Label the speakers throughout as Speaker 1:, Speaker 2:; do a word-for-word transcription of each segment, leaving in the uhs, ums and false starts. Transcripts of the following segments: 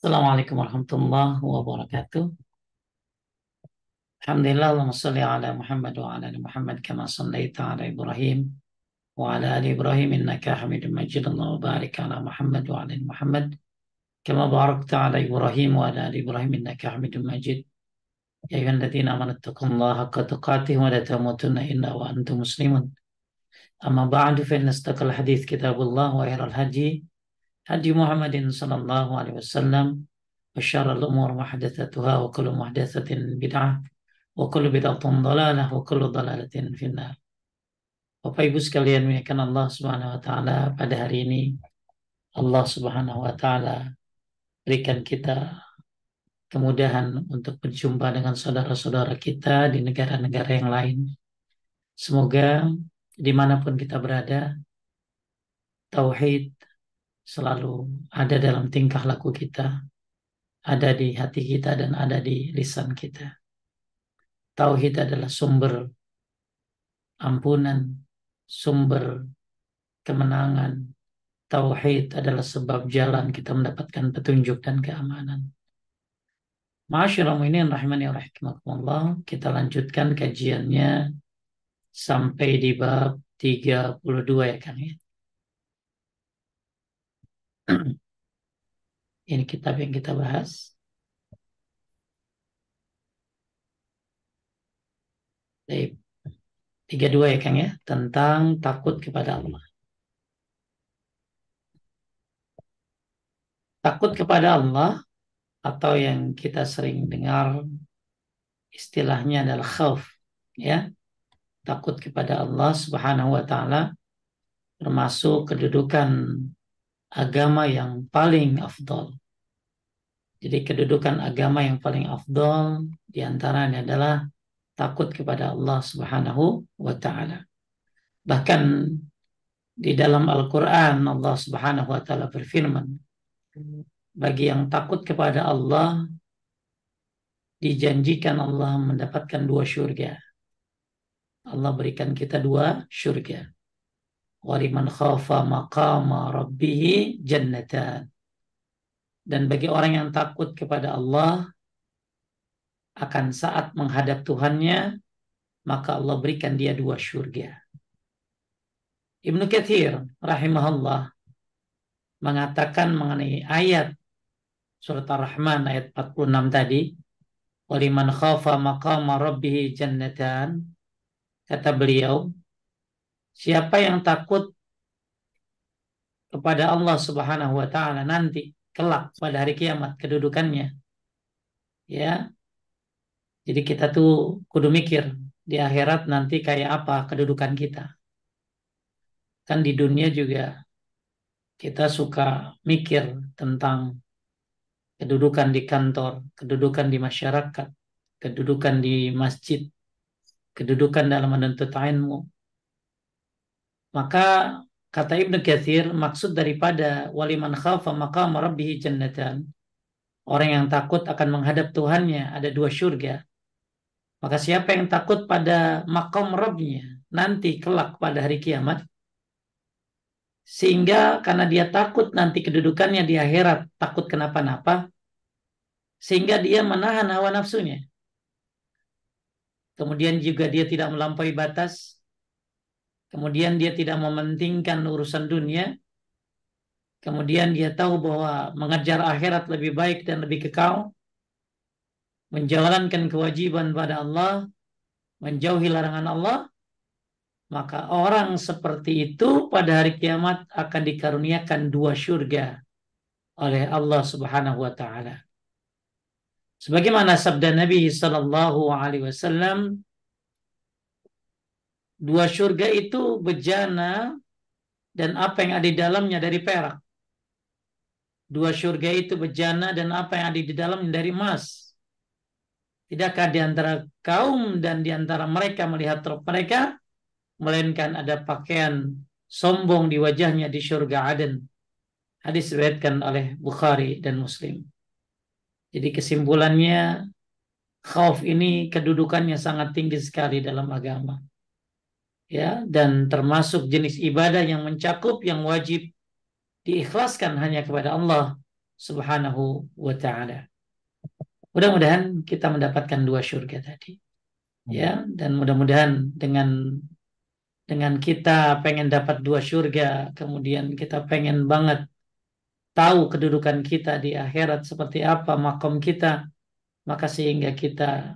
Speaker 1: Assalamualaikum warahmatullahi wabarakatuh. Alhamdulillah, Allahumma salli ala Muhammad wa ala ali Muhammad kama sallaita ala Ibrahim wa ala ali Ibrahim innaka Hamidum Majid. Allahumma barik ala Muhammad wa ala ali Muhammad kama barakta ala Ibrahim wa ala ali Ibrahim innaka Hamidum Majid. Ya ayyuhalladzina amanu taqullaha haqqa tuqatih wa la tamutunna illa wa antum muslimun. Amma ba'du fa inna asdaqal hadits kitabullah wa khairal hadi hadi Muhammadin sallallahu alaihi wasallam wa syarrul umur muhdatsatuha wa kullu muhdatsatin bid'ah wa kullu bid'atin dhalalah wa kullu dhalalatin finnar. Bapak Ibu sekalian, muliakan Allah Subhanahu wa taala, pada hari ini Allah Subhanahu wa taala berikan kita kemudahan untuk berjumpa dengan saudara-saudara kita di negara-negara yang lain. Semoga dimanapun kita berada, tauhid selalu ada dalam tingkah laku kita, ada di hati kita dan ada di lisan kita. Tauhid adalah sumber ampunan, sumber kemenangan. Tauhid adalah sebab jalan kita mendapatkan petunjuk dan keamanan. Ma'asyiral mu'minin rahimani wa rahimakumullah, kita lanjutkan kajiannya sampai di bab tiga puluh dua ya kan ya. Ini kitab yang kita bahas. Baik. tiga puluh dua ya Kang ya, tentang takut kepada Allah. Takut kepada Allah atau yang kita sering dengar istilahnya adalah khauf ya. Takut kepada Allah Subhanahu wa taala termasuk kedudukan agama yang paling afdal. Jadi kedudukan agama yang paling afdal diantaranya adalah takut kepada Allah Subhanahu wa taala. Bahkan di dalam Al-Quran Allah Subhanahu wa taala berfirman, bagi yang takut kepada Allah dijanjikan Allah mendapatkan dua syurga. Allah berikan kita dua syurga. Waliman khafa maqama rabbih jannatan. Dan bagi orang yang takut kepada Allah akan saat menghadap Tuhannya, maka Allah berikan dia dua syurga. Ibnu Katsir rahimahullah mengatakan mengenai ayat surat Ar-Rahman ayat empat puluh enam tadi, waliman khafa maqama rabbih jannatan, kata beliau, siapa yang takut kepada Allah Subhanahu wa taala nanti kelak pada hari kiamat kedudukannya, ya. Jadi kita tuh kudu mikir di akhirat nanti kayak apa kedudukan kita. Kan di dunia juga kita suka mikir tentang kedudukan di kantor, kedudukan di masyarakat, kedudukan di masjid, kedudukan dalam menuntut ilmu. Maka kata Ibnu Katsir, maksud daripada waliman khafa maqama rabbih jannatan, orang yang takut akan menghadap Tuhannya ada dua syurga. Maka siapa yang takut pada maqam Rabbnya nanti kelak pada hari kiamat, sehingga karena dia takut nanti kedudukannya di akhirat, takut kenapa-napa, sehingga dia menahan hawa nafsunya. Kemudian juga dia tidak melampaui batas. Kemudian dia tidak mementingkan urusan dunia. Kemudian dia tahu bahwa mengejar akhirat lebih baik dan lebih kekal. Menjalankan kewajiban pada Allah, menjauhi larangan Allah. Maka orang seperti itu pada hari kiamat akan dikaruniakan dua syurga oleh Allah Subhanahu wa taala. Sebagaimana sabda Nabi sallallahu alaihi wasallam, dua syurga itu bejana dan apa yang ada di dalamnya dari perak. Dua syurga itu bejana dan apa yang ada di dalamnya dari emas. Tidakkah di antara kaum dan di antara mereka melihat roh mereka, melainkan ada pakaian sombong di wajahnya di syurga Aden. Hadis diriwayatkan oleh Bukhari dan Muslim. Jadi kesimpulannya, khauf ini kedudukannya sangat tinggi sekali dalam agama. Ya, dan termasuk jenis ibadah yang mencakup yang wajib diikhlaskan hanya kepada Allah Subhanahu wa ta'ala. Mudah-mudahan kita mendapatkan dua surga tadi. Ya, dan mudah-mudahan dengan dengan kita pengen dapat dua surga, kemudian kita pengen banget tahu kedudukan kita di akhirat seperti apa makom kita, maka sehingga kita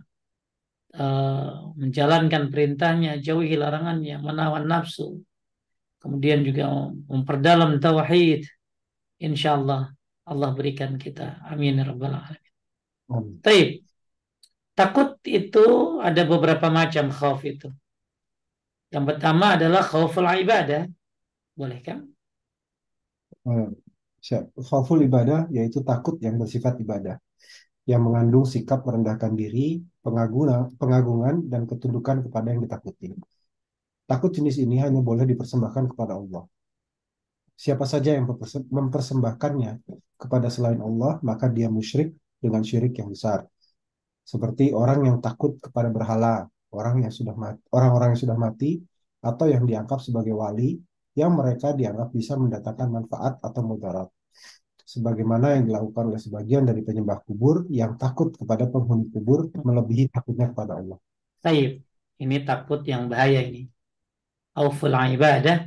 Speaker 1: uh, menjalankan perintahnya, jauhi larangannya, menawan nafsu, kemudian juga memperdalam tauhid, insya Allah Allah berikan kita. Amin ya rabbal alamin.
Speaker 2: Hmm.
Speaker 1: Taib. Takut itu ada beberapa macam khauf itu. Yang pertama adalah khauful ibadah. Boleh kan?
Speaker 2: Hmm. Siap. Khauful ibadah yaitu takut yang bersifat ibadah, yang mengandung sikap merendahkan diri, pengagungan, pengagungan dan ketundukan kepada yang ditakuti. Takut jenis ini hanya boleh dipersembahkan kepada Allah. Siapa saja yang mempersembahkannya kepada selain Allah, maka dia musyrik dengan syirik yang besar. Seperti orang yang takut kepada berhala, orang yang sudah mati, orang-orang yang sudah mati, atau yang dianggap sebagai wali, yang mereka dianggap bisa mendatangkan manfaat atau mudarat. Sebagaimana yang dilakukan oleh sebagian dari penyembah kubur yang takut kepada penghuni kubur melebihi takutnya kepada Allah.
Speaker 1: Taib. Ini takut yang bahaya ini. Khauful ibadah.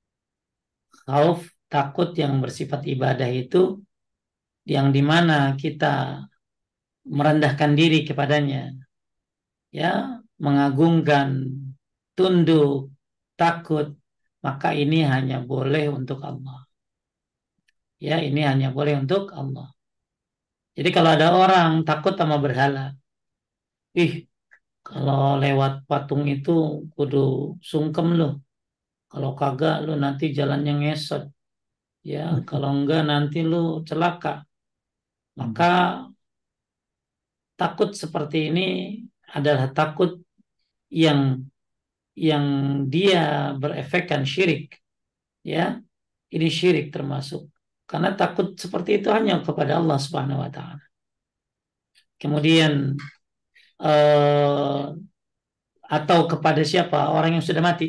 Speaker 1: Khauf, takut yang bersifat ibadah itu yang dimana kita merendahkan diri kepadanya, ya, mengagungkan, tunduk, takut, maka ini hanya boleh untuk Allah. Ya, ini hanya boleh untuk Allah. Jadi kalau ada orang takut sama berhala, ih, kalau lewat patung itu kudu sungkem loh. Kalau kagak lu nanti jalannya ngesot. Ya, kalau enggak nanti lu celaka. Maka takut seperti ini adalah takut yang yang dia berefekkan syirik. Ya, ini syirik termasuk. Karena takut seperti itu hanya kepada Allah Subhanahu wa taala. Kemudian eh, atau kepada siapa? Orang yang sudah mati.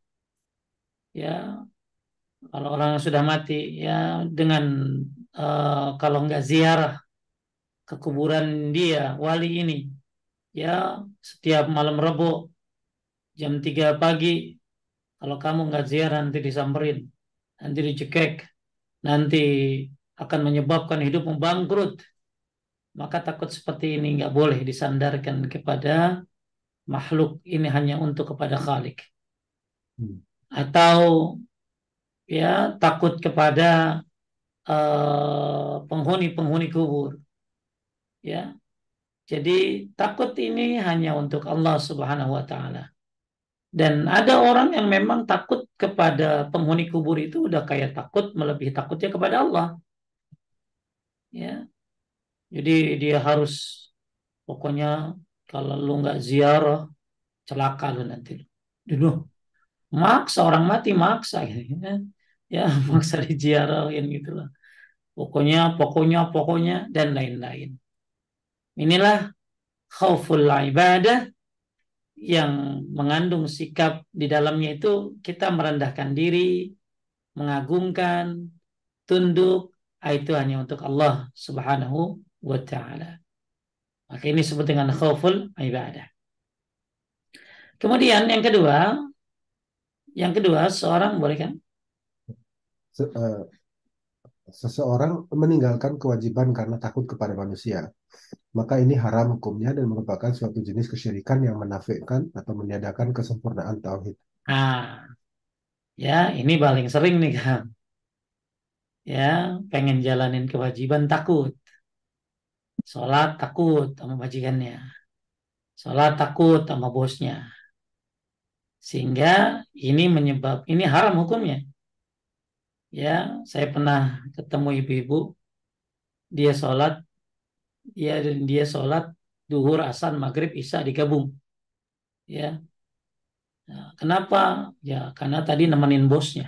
Speaker 1: Ya, kalau orang yang sudah mati ya dengan eh, kalau nggak ziarah ke kuburan dia, wali ini, ya setiap malam Rebo jam tiga pagi, kalau kamu nggak ziarah nanti disamperin, nanti dicekek, nanti akan menyebabkan hidupmu bangkrut. Maka takut seperti ini nggak boleh disandarkan kepada makhluk, ini hanya untuk kepada Khalik.
Speaker 2: Hmm.
Speaker 1: Atau ya takut kepada eh, penghuni-penghuni kubur. Ya, jadi takut ini hanya untuk Allah Subhanahu wa taala. Dan ada orang yang memang takut kepada penghuni kubur itu udah kayak takut melebihi takutnya kepada Allah. Ya, jadi dia harus pokoknya kalau lu nggak ziarah celaka lu nanti. Dulu maksa orang mati maksa gitu ya. Ya maksa diziarahin gitu lah. Pokoknya, pokoknya, pokoknya dan lain-lain. Inilah khauful ibadah yang mengandung sikap di dalamnya itu kita merendahkan diri, mengagungkan, tunduk, itu hanya untuk Allah Subhanahu wa taala. Maka ini disebut dengan khauful ibadah. Kemudian yang kedua, yang kedua seorang boleh kan?
Speaker 2: Se- eh, Seseorang meninggalkan kewajiban karena takut kepada manusia, maka ini haram hukumnya dan merupakan suatu jenis kesyirikan yang menafikan atau meniadakan kesempurnaan tauhid.
Speaker 1: Ah, ya ini paling sering nih kan. Ya, pengen jalanin kewajiban takut. Sholat takut sama majikannya. Sholat takut sama bosnya. Sehingga ini menyebab, ini haram hukumnya. Ya, saya pernah ketemu ibu-ibu, dia sholat, dia dan dia sholat, duhur, asar, maghrib, isya digabung. Ya, nah, kenapa? Ya, karena tadi nemenin bosnya.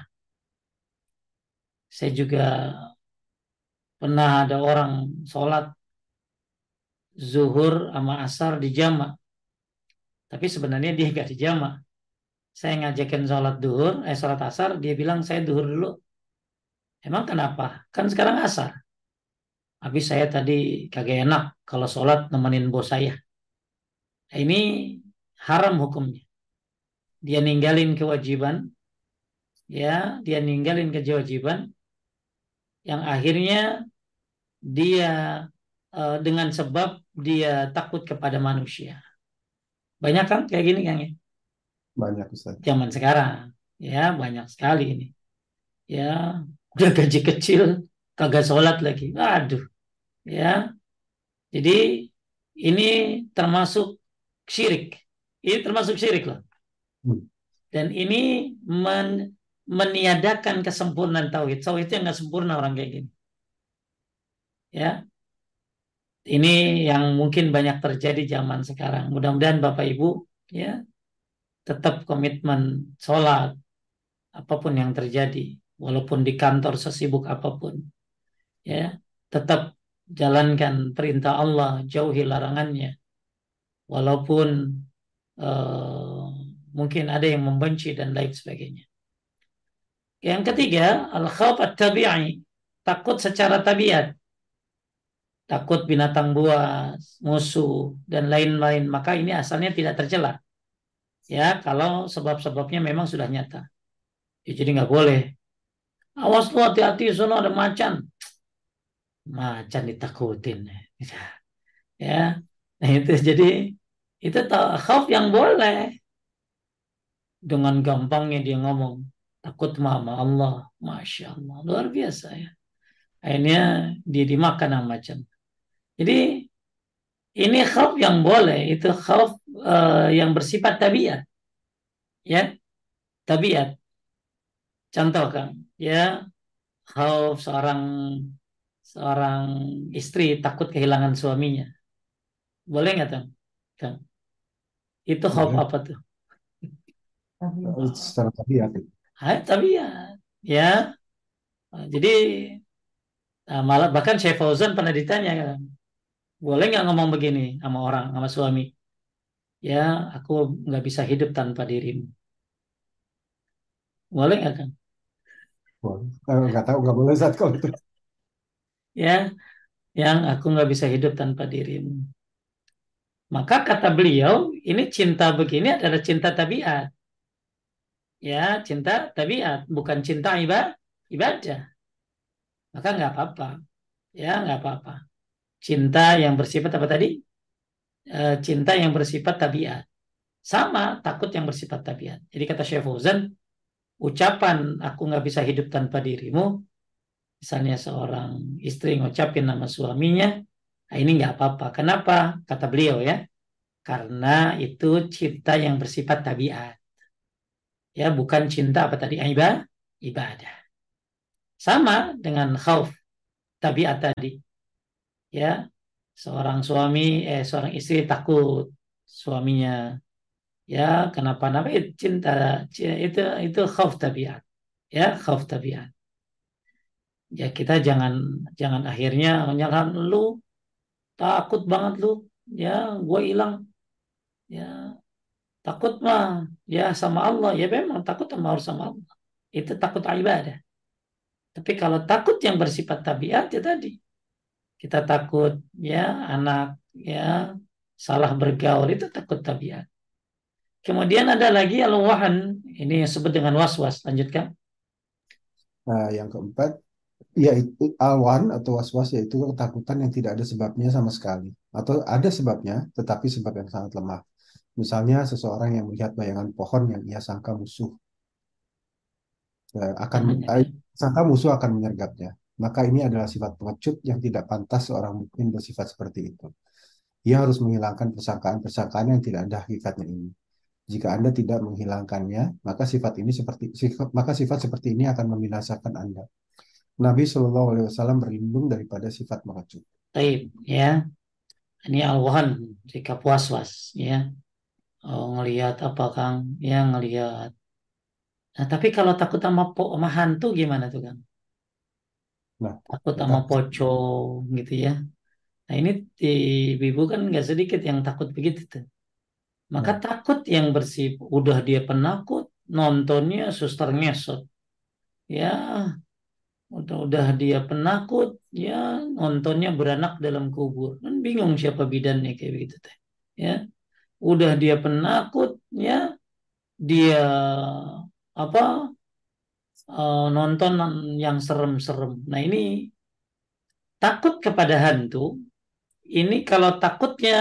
Speaker 1: Saya juga pernah ada orang sholat zuhur sama asar di jama, tapi sebenarnya dia gak di jama. Saya ngajakin sholat duhur, eh sholat asar, dia bilang saya duhur dulu. Emang kenapa? Kan sekarang asar. habis saya tadi kagak enak kalau sholat nemenin bos saya. Nah, ini haram hukumnya. Dia ninggalin kewajiban, ya, dia ninggalin kewajiban yang akhirnya dia eh, dengan sebab dia takut kepada manusia. Banyak kan kayak gini kan ya?
Speaker 2: Banyak Ustaz.
Speaker 1: Zaman sekarang, ya banyak sekali ini. Ya, udah gaji kecil, kagak sholat lagi. Aduh, ya. Jadi ini termasuk syirik. Ini termasuk syirik loh.
Speaker 2: Hmm.
Speaker 1: Dan ini men meniadakan kesempurnaan tauhid. Tauhid itu nggak sempurna orang kayak gini. Ya, ini yang mungkin banyak terjadi zaman sekarang. Mudah-mudahan Bapak Ibu ya tetap komitmen sholat apapun yang terjadi, walaupun di kantor sesibuk apapun, ya tetap jalankan perintah Allah, jauhi larangannya, walaupun eh, mungkin ada yang membenci dan lain sebagainya. Yang ketiga, al-khawf at-tabi'i, takut secara tabiat, takut binatang buas, musuh, dan lain-lain. Maka ini asalnya tidak tercela. Ya, kalau sebab-sebabnya memang sudah nyata. Ya, jadi nggak boleh. Awas lu hati-hati, sono ada macan. Macan ditakutin. Ya, nah itu jadi itu tak khauf yang boleh. Dengan gampangnya dia ngomong takut sama Allah, masya Allah, luar biasa ya. Akhirnya dia dimakan sama macan. Jadi ini khauf yang boleh, itu khauf eh, yang bersifat tabiat, ya tabiat. Contoh kan, ya khauf seorang seorang istri takut kehilangan suaminya, boleh nggak Tang? Tang? Itu khauf
Speaker 2: Boleh.
Speaker 1: apa tuh?
Speaker 2: Eh, Secara tabiat.
Speaker 1: Ah, tabiat, ya. Jadi ah, malah bahkan Syekh Fauzan pernah ditanya kan, boleh nggak ngomong begini sama orang, sama suami? Ya, aku nggak bisa hidup tanpa dirimu. Boleh nggak kan?
Speaker 2: Boleh. Eh, nggak tahu, nggak boleh Ustaz kalau itu.
Speaker 1: Ya, yang aku nggak bisa hidup tanpa dirimu. Maka kata beliau, ini cinta begini adalah cinta tabiat. Ya, cinta tabiat, bukan cinta ibadah. Ibadah. Maka nggak apa-apa. Ya, nggak apa-apa. Cinta yang bersifat apa tadi? Eh, cinta yang bersifat tabiat. Sama takut yang bersifat tabiat. Jadi kata Syekh Fauzan, ucapan aku nggak bisa hidup tanpa dirimu, misalnya seorang istri ngucapin nama suaminya, nah ini nggak apa-apa. Kenapa? Kata beliau ya, karena itu cinta yang bersifat tabiat. Ya, bukan cinta apa tadi? Ibadah. Ibadah. Sama dengan khauf tabiat tadi. Ya, seorang suami, eh seorang istri takut suaminya ya kenapa-napa itu cinta itu itu khauf tabiat. Ya, khauf tabiat. Ya kita jangan jangan akhirnya menyalahkan lu takut banget lu ya gue hilang ya takut mah ya sama Allah ya memang takut sama harus sama Allah itu takut ibadah tapi kalau takut yang bersifat tabiat ya tadi kita takut ya anak ya salah bergaul itu takut tabiat kemudian ada lagi al-wahan ini yang disebut dengan was-was lanjutkan.
Speaker 2: Nah, yang keempat, yaitu awan atau was-was, yaitu ketakutan yang tidak ada sebabnya sama sekali. Atau ada sebabnya, tetapi sebab yang sangat lemah. Misalnya seseorang yang melihat bayangan pohon yang ia sangka musuh eh, akan
Speaker 1: Namanya
Speaker 2: eh, sangka musuh akan menyergapnya. Maka ini adalah sifat pengecut yang tidak pantas seorang mukmin bersifat seperti itu. Ia harus menghilangkan persangkaan-persangkaan yang tidak ada hakikatnya ini. Jika Anda tidak menghilangkannya, maka sifat ini seperti sifat, maka sifat seperti ini akan membinasakan Anda. Nabi Shallallahu Alaihi Wasallam berlindung daripada sifat mengecut.
Speaker 1: taib ya ini al-wahan sikap was-was ya oh, ngelihat apa Kang ya ngelihat. Nah, tapi kalau takut sama po sama hantu gimana tuh kan?
Speaker 2: Nah,
Speaker 1: Takut sama
Speaker 2: tak,
Speaker 1: pocong gitu ya. Nah, ini di ibu kan nggak sedikit yang takut begitu tuh. Maka
Speaker 2: nah,
Speaker 1: takut yang bersih, udah dia penakut, nontonnya suster ngesot. Ya, udah, udah dia penakut, ya nontonnya beranak dalam kubur. Kan bingung siapa bidannya kayak begitu teh. Ya, udah dia penakut, ya dia apa eh, nonton yang serem-serem. Nah ini takut kepada hantu. Ini kalau takutnya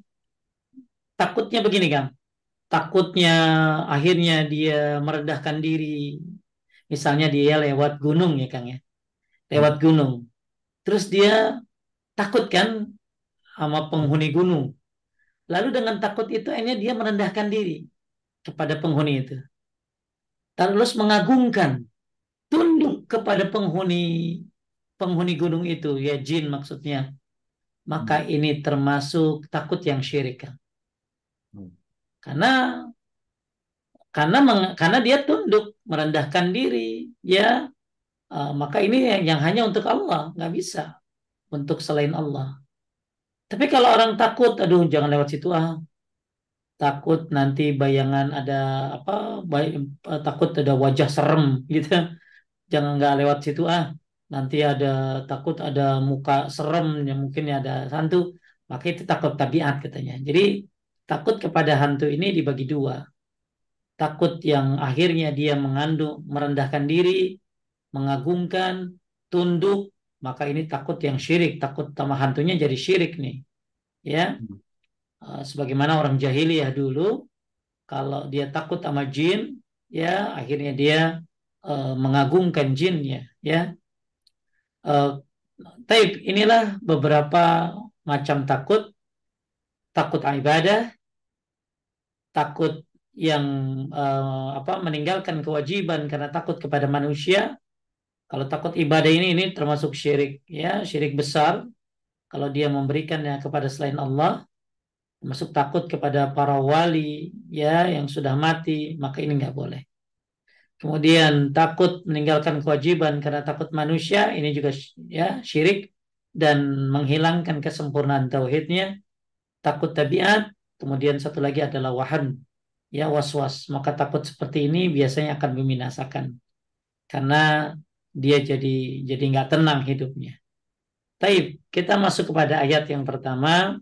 Speaker 1: takutnya begini Kang. Takutnya akhirnya dia merendahkan diri. Misalnya dia lewat gunung ya Kang ya. Lewat
Speaker 2: Hmm.
Speaker 1: gunung. Terus dia takut kan sama
Speaker 2: Ya.
Speaker 1: penghuni gunung. Lalu dengan takut itu akhirnya dia merendahkan diri kepada penghuni itu. Terus mengagungkan, tunduk kepada penghuni penghuni gunung itu, ya jin maksudnya. Maka
Speaker 2: Hmm.
Speaker 1: ini termasuk takut yang syirik Kang.
Speaker 2: Hmm.
Speaker 1: Karena karena meng- karena dia tunduk, merendahkan diri, ya. Uh, maka ini yang, yang hanya untuk Allah, nggak bisa untuk selain Allah. Tapi kalau orang takut, aduh jangan lewat situ ah, takut nanti bayangan ada apa, bay- eh, takut ada wajah serem gitu, jangan nggak lewat situ ah, nanti ada takut ada muka serem, ya mungkin ya ada hantu, maka itu takut tabiat katanya. Jadi takut kepada hantu ini dibagi dua, takut yang akhirnya dia mengandung merendahkan diri, mengagungkan, tunduk, maka ini takut yang syirik, takut sama hantunya jadi syirik nih, ya.
Speaker 2: Hmm.
Speaker 1: Eh, sebagaimana orang jahiliyah dulu, kalau dia takut sama jin, ya akhirnya dia eh, mengagungkan jinnya, ya. Eh, Taib, inilah beberapa macam takut: takut ibadah, takut yang eh, apa meninggalkan kewajiban karena takut kepada manusia. Kalau takut ibadah ini ini termasuk syirik, ya syirik besar. Kalau dia memberikannya kepada selain Allah, termasuk takut kepada para wali, ya yang sudah mati, maka ini nggak boleh. Kemudian takut meninggalkan kewajiban karena takut manusia, ini juga ya syirik dan menghilangkan kesempurnaan tauhidnya. Takut tabiat, kemudian satu lagi adalah wahan, ya was-was. Maka takut seperti ini biasanya akan membinasakan karena dia jadi jadi nggak tenang hidupnya. Taib, kita masuk kepada ayat yang pertama.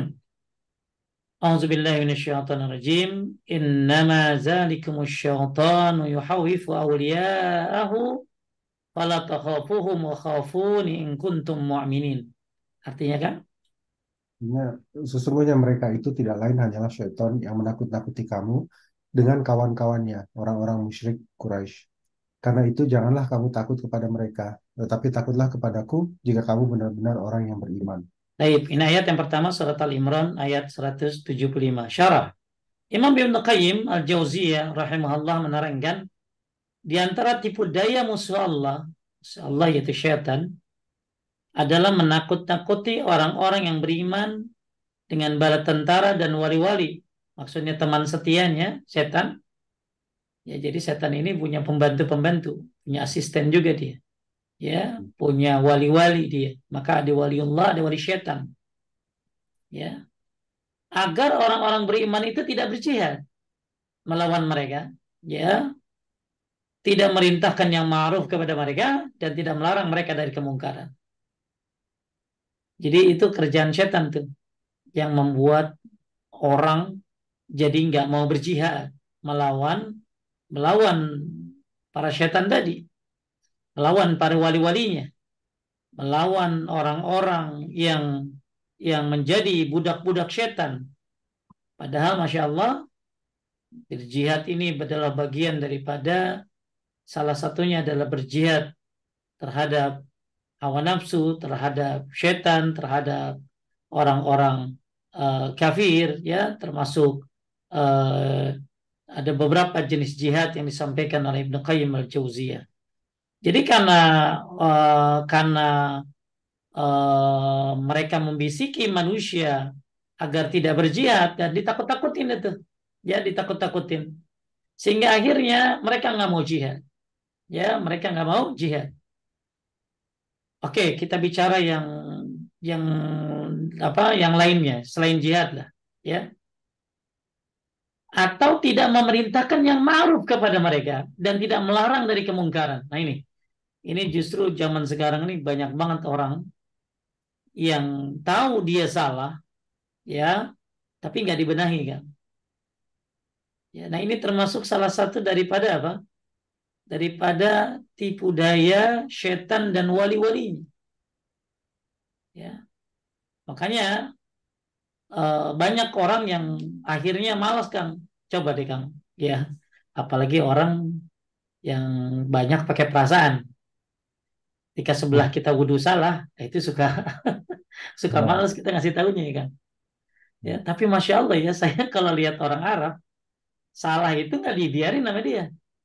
Speaker 1: A'udzubillahi minasyaitonirrajim. Innama zalikumus syaitanu yuhawwifu awliya'ahu fala takhafuhum wa khafuni in kuntum mu'minin. Artinya kan?
Speaker 2: Artinya, sesungguhnya mereka itu tidak lain hanyalah syaitan yang menakut-nakuti kamu dengan kawan-kawannya, orang-orang musyrik Quraisy. Karena itu janganlah kamu takut kepada mereka, tetapi takutlah kepadaku jika kamu benar-benar orang yang beriman.
Speaker 1: Taib, ini ayat yang pertama surat Al-Imran ayat seratus tujuh puluh lima. Syarah. Imam Ibn Qayyim Al-Jauziyah rahimahullah menerangkan di antara tipu daya musuh Allah, musuh Allah yaitu syaitan, adalah menakut-nakuti orang-orang yang beriman dengan bala tentara dan wali-wali. Maksudnya teman setianya, setan. Ya, jadi setan ini punya pembantu-pembantu, punya asisten juga dia. Ya, punya wali-wali dia. Maka ada waliullah, ada wali setan. Ya, agar orang-orang beriman itu tidak berjihad melawan mereka. Ya, tidak merintahkan yang ma'ruf kepada mereka dan tidak melarang mereka dari kemungkaran. Jadi itu kerjaan setan tuh yang membuat orang jadi nggak mau berjihad melawan melawan para setan tadi, melawan para wali-walinya, melawan orang-orang yang yang menjadi budak-budak setan. Padahal masya Allah, berjihad ini adalah bagian daripada, salah satunya adalah berjihad terhadap hawa nafsu, terhadap setan, terhadap orang-orang uh, kafir, ya termasuk uh, ada beberapa jenis jihad yang disampaikan oleh Ibnu Qayyim al-Jauziyah. Jadi karena uh, karena uh, mereka membisiki manusia agar tidak berjihad dan ditakut-takutin itu, ya ditakut-takutin, sehingga akhirnya mereka nggak mau jihad, ya mereka nggak mau jihad. Oke, kita bicara yang yang apa yang lainnya selain jihad lah, ya. Atau tidak memerintahkan yang ma'ruf kepada mereka dan tidak melarang dari kemungkaran. Nah ini. Ini justru zaman sekarang ini banyak banget orang yang tahu dia salah, ya, tapi nggak dibenahi kan. Ya, nah ini termasuk salah satu daripada apa? Daripada tipu daya setan dan wali-walinya. Ya, makanya eh, banyak orang yang akhirnya malas Kang. Coba deh Kang. Ya, apalagi orang yang banyak pakai perasaan. Ketika sebelah
Speaker 2: Nah,
Speaker 1: kita wudhu salah, nah itu suka suka
Speaker 2: ya,
Speaker 1: malas kita ngasih tahunya ya Kang. Ya, tapi masya Allah ya, saya kalau lihat orang Arab salah itu nggak dibiarin sama dia.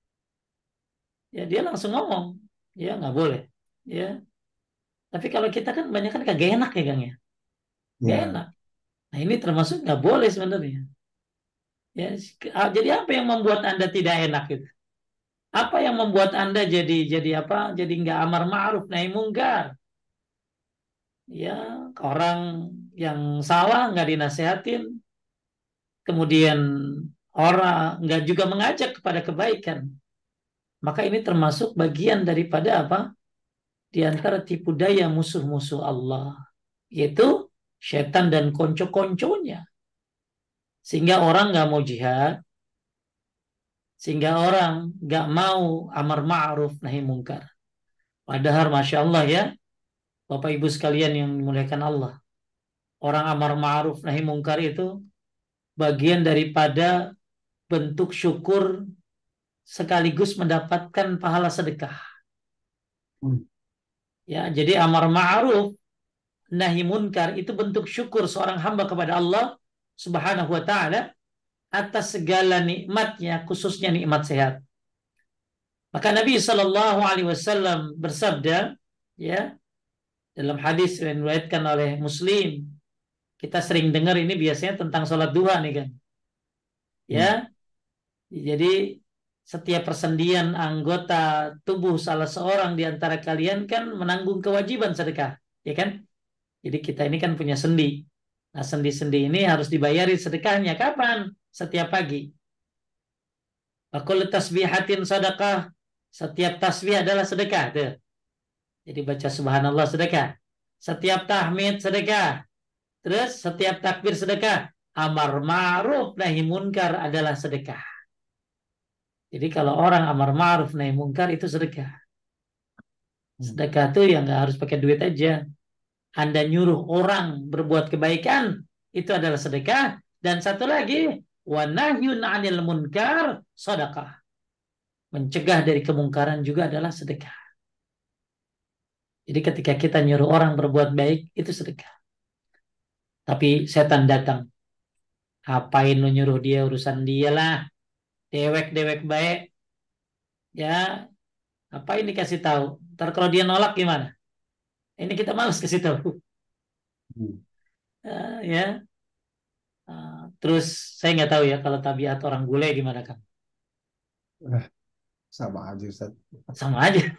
Speaker 1: Ya, dia langsung ngomong, ya nggak boleh. Ya, tapi kalau kita kan banyak kan kagak enak ya Kang ya, nggak
Speaker 2: ya,
Speaker 1: enak. Nah ini termasuk nggak boleh sebenarnya. Ya, ah, jadi apa yang membuat Anda tidak enak itu? Apa yang membuat Anda jadi jadi apa? Jadi nggak amar ma'ruf nahi mungkar. Ya, orang yang salah nggak dinasehatin, kemudian orang nggak juga mengajak kepada kebaikan. Maka ini termasuk bagian daripada apa? Di antara tipu daya musuh-musuh Allah, yaitu setan dan konco-konconya. Sehingga orang nggak mau jihad, sehingga orang nggak mau amar ma'ruf nahi mungkar. Padahal masya Allah ya, Bapak Ibu sekalian yang dimuliakan Allah, orang amar ma'ruf nahi mungkar itu bagian daripada bentuk syukur sekaligus mendapatkan pahala sedekah.
Speaker 2: hmm,
Speaker 1: Ya, jadi amar ma'ruf nahi munkar itu bentuk syukur seorang hamba kepada Allah Subhanahu wa taala atas segala nikmatnya, khususnya nikmat sehat. Maka Nabi Shallallahu alaihi wasallam bersabda, ya, dalam hadis yang diriwayatkan oleh Muslim, kita sering dengar ini biasanya tentang sholat duha nih kan.
Speaker 2: hmm,
Speaker 1: Ya, jadi setiap persendian anggota tubuh salah seorang di antara kalian kan menanggung kewajiban sedekah, ya kan? Jadi kita ini kan punya sendi. Nah, sendi-sendi ini harus dibayari sedekahnya kapan? Setiap pagi. Fakul tasbihatin sedekah. Setiap tasbih adalah sedekah. Tuh. Jadi baca subhanallah sedekah. Setiap tahmid sedekah. Terus setiap takbir sedekah. Amar ma'ruf nahi munkar adalah sedekah. Jadi kalau orang amar ma'ruf nahi munkar itu sedekah.
Speaker 2: hmm.
Speaker 1: Sedekah tuh yang nggak harus pakai duit aja. Anda nyuruh orang berbuat kebaikan, itu adalah sedekah. Dan satu lagi, wa nahyun 'anil munkar sedekah. Mencegah dari kemungkaran juga adalah sedekah. Jadi ketika kita nyuruh orang berbuat baik, itu sedekah. Tapi setan datang. Apain lu nyuruh dia, urusan dia lah. Dewek-dewek baik. Ya, apa ini kasih tahu. Ntar kalau dia nolak gimana? Ini kita malas kasih tahu.
Speaker 2: Hmm.
Speaker 1: Eh, ya, Eh, terus saya nggak tahu ya kalau tabiat orang bule gimana kan?
Speaker 2: Eh, sama aja Ustaz.
Speaker 1: Sama aja.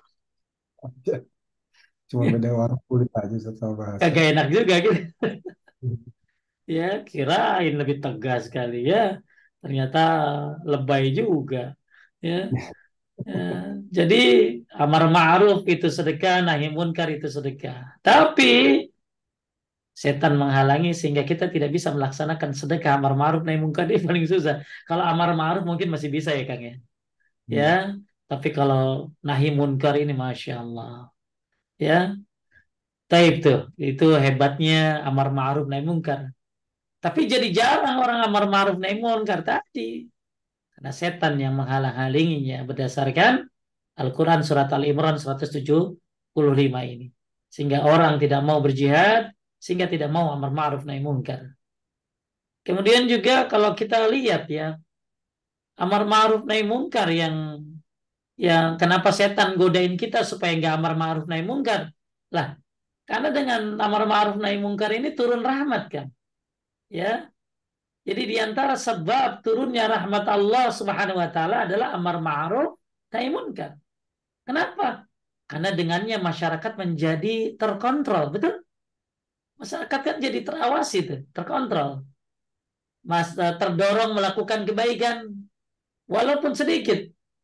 Speaker 2: Cuma beda warna kulit aja Ustaz sama bahasa.
Speaker 1: Kagak enak juga gitu.
Speaker 2: Hmm.
Speaker 1: Ya, kirain lebih tegas kali ya. Ternyata lebay juga. Ya. Eh, jadi amar ma'ruf itu sedekah, nahi munkar itu sedekah. Tapi setan menghalangi sehingga kita tidak bisa melaksanakan sedekah amar ma'ruf nahi munkar ini paling susah. Kalau amar ma'ruf mungkin masih bisa ya Kang ya. Ya,
Speaker 2: Hmm.
Speaker 1: tapi kalau nahi munkar ini masya Allah. Ya, taib tuh. Itu hebatnya amar ma'ruf nahi munkar. Tapi jadi jarang orang amar ma'ruf nahi munkar tadi. Karena setan yang menghalang-halanginya berdasarkan Al-Quran surat Al-Imran seratus tujuh puluh lima ini. Sehingga orang tidak mau berjihad, sehingga tidak mau amar ma'ruf nahi munkar. Kemudian juga kalau kita lihat ya, amar ma'ruf nahi munkar yang yang kenapa setan godain kita supaya nggak amar ma'ruf nahi munkar. Lah, karena dengan amar ma'ruf nahi munkar ini turun rahmat kan. Ya, jadi di antara sebab turunnya rahmat Allah Subhanahu wa taala adalah amar ma'ruf nahi munkar. Kenapa? Karena dengannya masyarakat menjadi terkontrol, betul? Masyarakat kan jadi terawasi tuh, terkontrol. Mas eh, terdorong melakukan kebaikan walaupun sedikit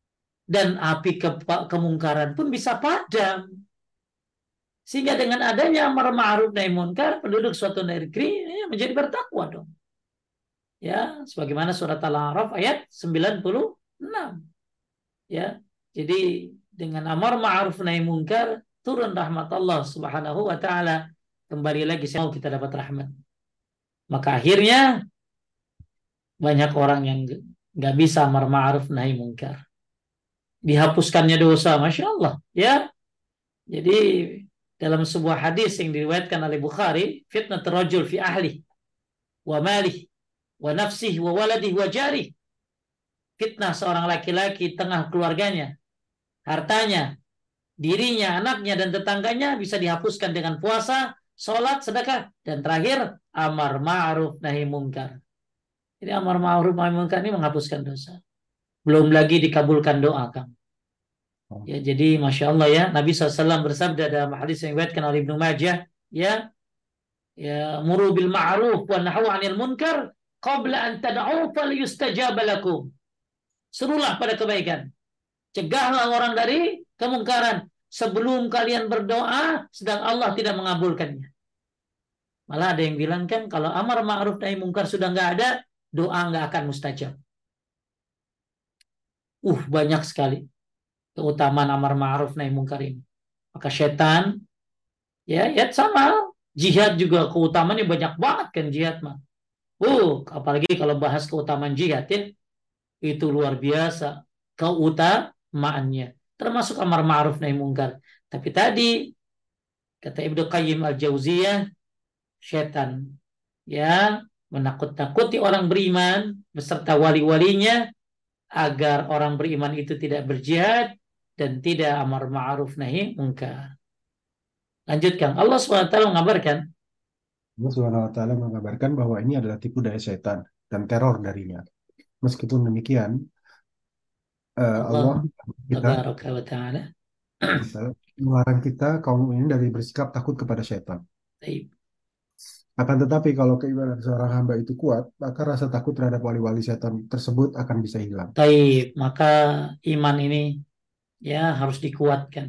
Speaker 1: dan api ke kemungkaran pun bisa padam. Sehingga dengan adanya amar ma'ruf nahi munkar, penduduk suatu negeri ya, menjadi bertakwa dong. Ya, sebagaimana surat Al-A'raf ayat sembilan puluh enam. Ya. Jadi dengan amar ma'ruf nahi munkar turun rahmat Allah Subhanahu wa taala. Kembali lagi saya mau kita dapat rahmat. Maka akhirnya banyak orang yang nggak bisa amar ma'ruf nahi munkar. Dihapuskannya dosa, masya Allah. Ya, jadi dalam sebuah hadis yang diriwayatkan oleh Bukhari, fitnat rajul fi ahli wa malih wa nafsih wa waladih wa jarih. Fitnah seorang laki-laki tengah keluarganya, hartanya, dirinya, anaknya, dan tetangganya bisa dihapuskan dengan puasa, sholat, sedekah, dan terakhir amar ma'ruf nahi munkar. Jadi amar ma'ruf nahi munkar ini menghapuskan dosa. Belum lagi dikabulkan doa, Kang. Ya, jadi masya Allah ya, Nabi shallallahu alaihi wasallam bersabda dalam hadis yang diriwayatkan oleh Ibnu Majah, ya, ya muru bil ma'ruf wa nahu 'anil munkar qabla an tad'u falyustajab lakum. Serulah pada kebaikan, cegahlah orang dari kemungkaran sebelum kalian berdoa sedang Allah tidak mengabulkannya. Malah ada yang bilang kan kalau amar ma'ruf nahi munkar sudah nggak ada, doa nggak akan mustajab. Uh, banyak sekali keutamaan amar ma'ruf nahi munkar ini. Maka setan ya, ya sama jihad juga keutamaannya banyak banget kan jihad mah. Uh, apalagi kalau bahas keutamaan jihad ya, itu luar biasa keutamaannya. Termasuk amar ma'ruf nahi munkar. Tapi tadi kata Ibnu Qayyim Al-Jauziyah, setan ya menakut-nakuti orang beriman beserta wali-walinya agar orang beriman itu tidak berjihad dan tidak amar ma'ruf nahi munkar. Lanjutkan. Allah subhanahu wa taala mengabarkan,
Speaker 2: Allah Subhanahu wa taala mengabarkan bahwa ini adalah tipu daya setan dan teror darinya. Meskipun demikian, eh,
Speaker 1: Allah
Speaker 2: Allah kita
Speaker 1: tabaraka wa taala.
Speaker 2: melarang kita kaum ini dari bersikap takut kepada setan.
Speaker 1: Taib.
Speaker 2: Akan tetapi kalau keimanan seorang hamba itu kuat, maka rasa takut terhadap wali-wali setan tersebut akan bisa hilang.
Speaker 1: Taib. Maka iman ini ya harus dikuatkan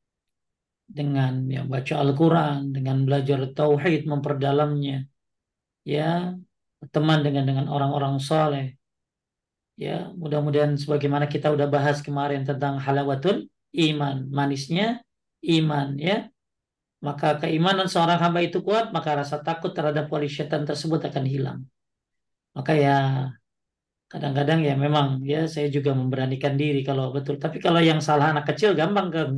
Speaker 1: dengan ya baca Al-Quran, dengan belajar tauhid, memperdalamnya, ya teman dengan dengan orang-orang saleh. Ya, mudah-mudahan sebagaimana kita udah bahas kemarin tentang halawatul iman, manisnya iman ya. Maka keimanan seorang hamba itu kuat, maka rasa takut terhadap wali syaitan tersebut akan hilang. Maka ya kadang-kadang ya memang ya saya juga memberanikan diri kalau betul. Tapi kalau yang salah anak kecil gampang kan.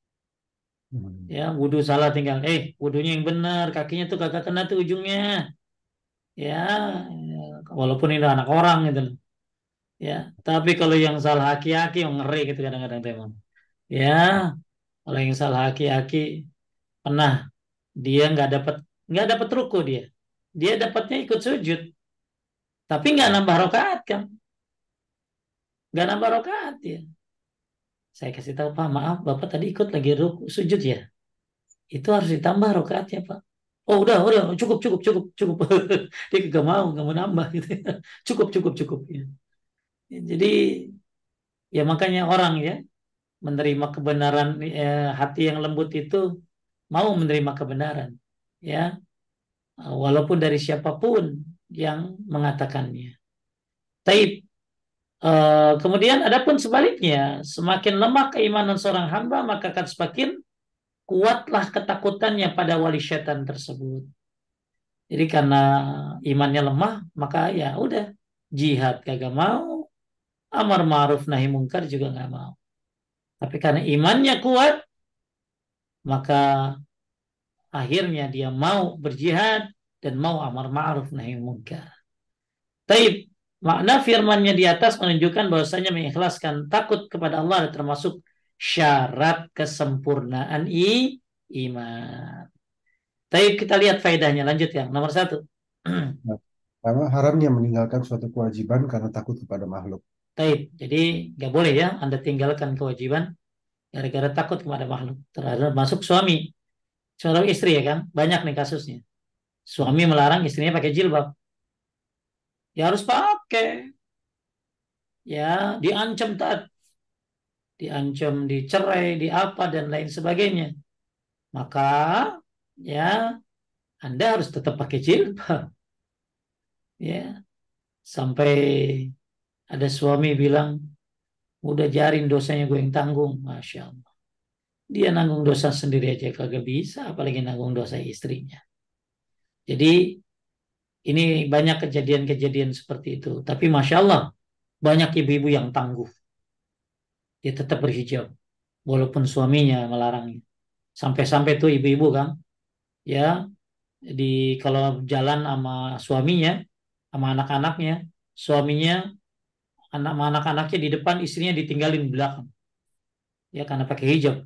Speaker 2: Hmm.
Speaker 1: Ya, wudhu salah tinggal, eh wudhunya yang benar, kakinya tuh kagak kena tuh ujungnya. Ya, ya, walaupun ini anak orang gitu loh. Ya, tapi kalau yang salah aki-aki yang ngeri gitu kadang-kadang teman. Ya, kalau yang salah aki-aki pernah dia nggak dapat nggak dapat ruku dia. Dia dapatnya ikut sujud, tapi nggak nambah rakaat kan? Nggak nambah rakaat ya. Saya kasih tahu Pak, maaf Bapak tadi ikut lagi ruku sujud ya. Itu harus ditambah rakaatnya Pak. Oh udah udah cukup cukup cukup cukup. Dia nggak mau nggak mau nambah gitu. Cukup cukup cukup ya. Jadi ya makanya orang ya menerima kebenaran, eh, hati yang lembut itu mau menerima kebenaran ya, walaupun dari siapapun yang mengatakannya. Taib. Eh, kemudian adapun sebaliknya, semakin lemah keimanan seorang hamba maka akan semakin kuatlah ketakutannya pada wali syaitan tersebut. Jadi karena imannya lemah maka ya udah jihad kagak mau, amar ma'ruf nahi munkar juga nggak mau. Tapi karena imannya kuat maka akhirnya dia mau berjihad dan mau amar ma'ruf nahi munkar. Taib, makna firmannya di atas menunjukkan bahwasanya mengikhlaskan takut kepada Allah termasuk syarat kesempurnaan i, iman. Taib, kita lihat faedahnya. Lanjut yang nomor satu.
Speaker 2: Nah, karena haramnya meninggalkan suatu kewajiban karena takut kepada makhluk.
Speaker 1: Taib, jadi nggak boleh ya Anda tinggalkan kewajiban gara-gara takut kepada makhluk. Termasuk suami, suami istri ya kan, banyak nih kasusnya. Suami melarang istrinya pakai jilbab. Ya harus pakai. Ya, diancam taat. diancam dicerai, di apa dan lain sebagainya, maka ya Anda harus tetap pakai jilbab. Ya, sampai ada suami bilang, udah jarin dosanya gue yang tanggung. Masya Allah. Dia nanggung dosa sendiri aja kagak bisa, apalagi nanggung dosa istrinya. Jadi ini banyak kejadian-kejadian seperti itu. Tapi Masya Allah, banyak ibu-ibu yang tangguh. Dia tetap berhijab, walaupun suaminya melarangnya. Sampai-sampai tuh ibu-ibu kan, ya di kalau jalan sama suaminya, sama anak-anaknya, suaminya anak sama anak-anaknya di depan, istrinya ditinggalin di belakang. Ya karena pakai hijab.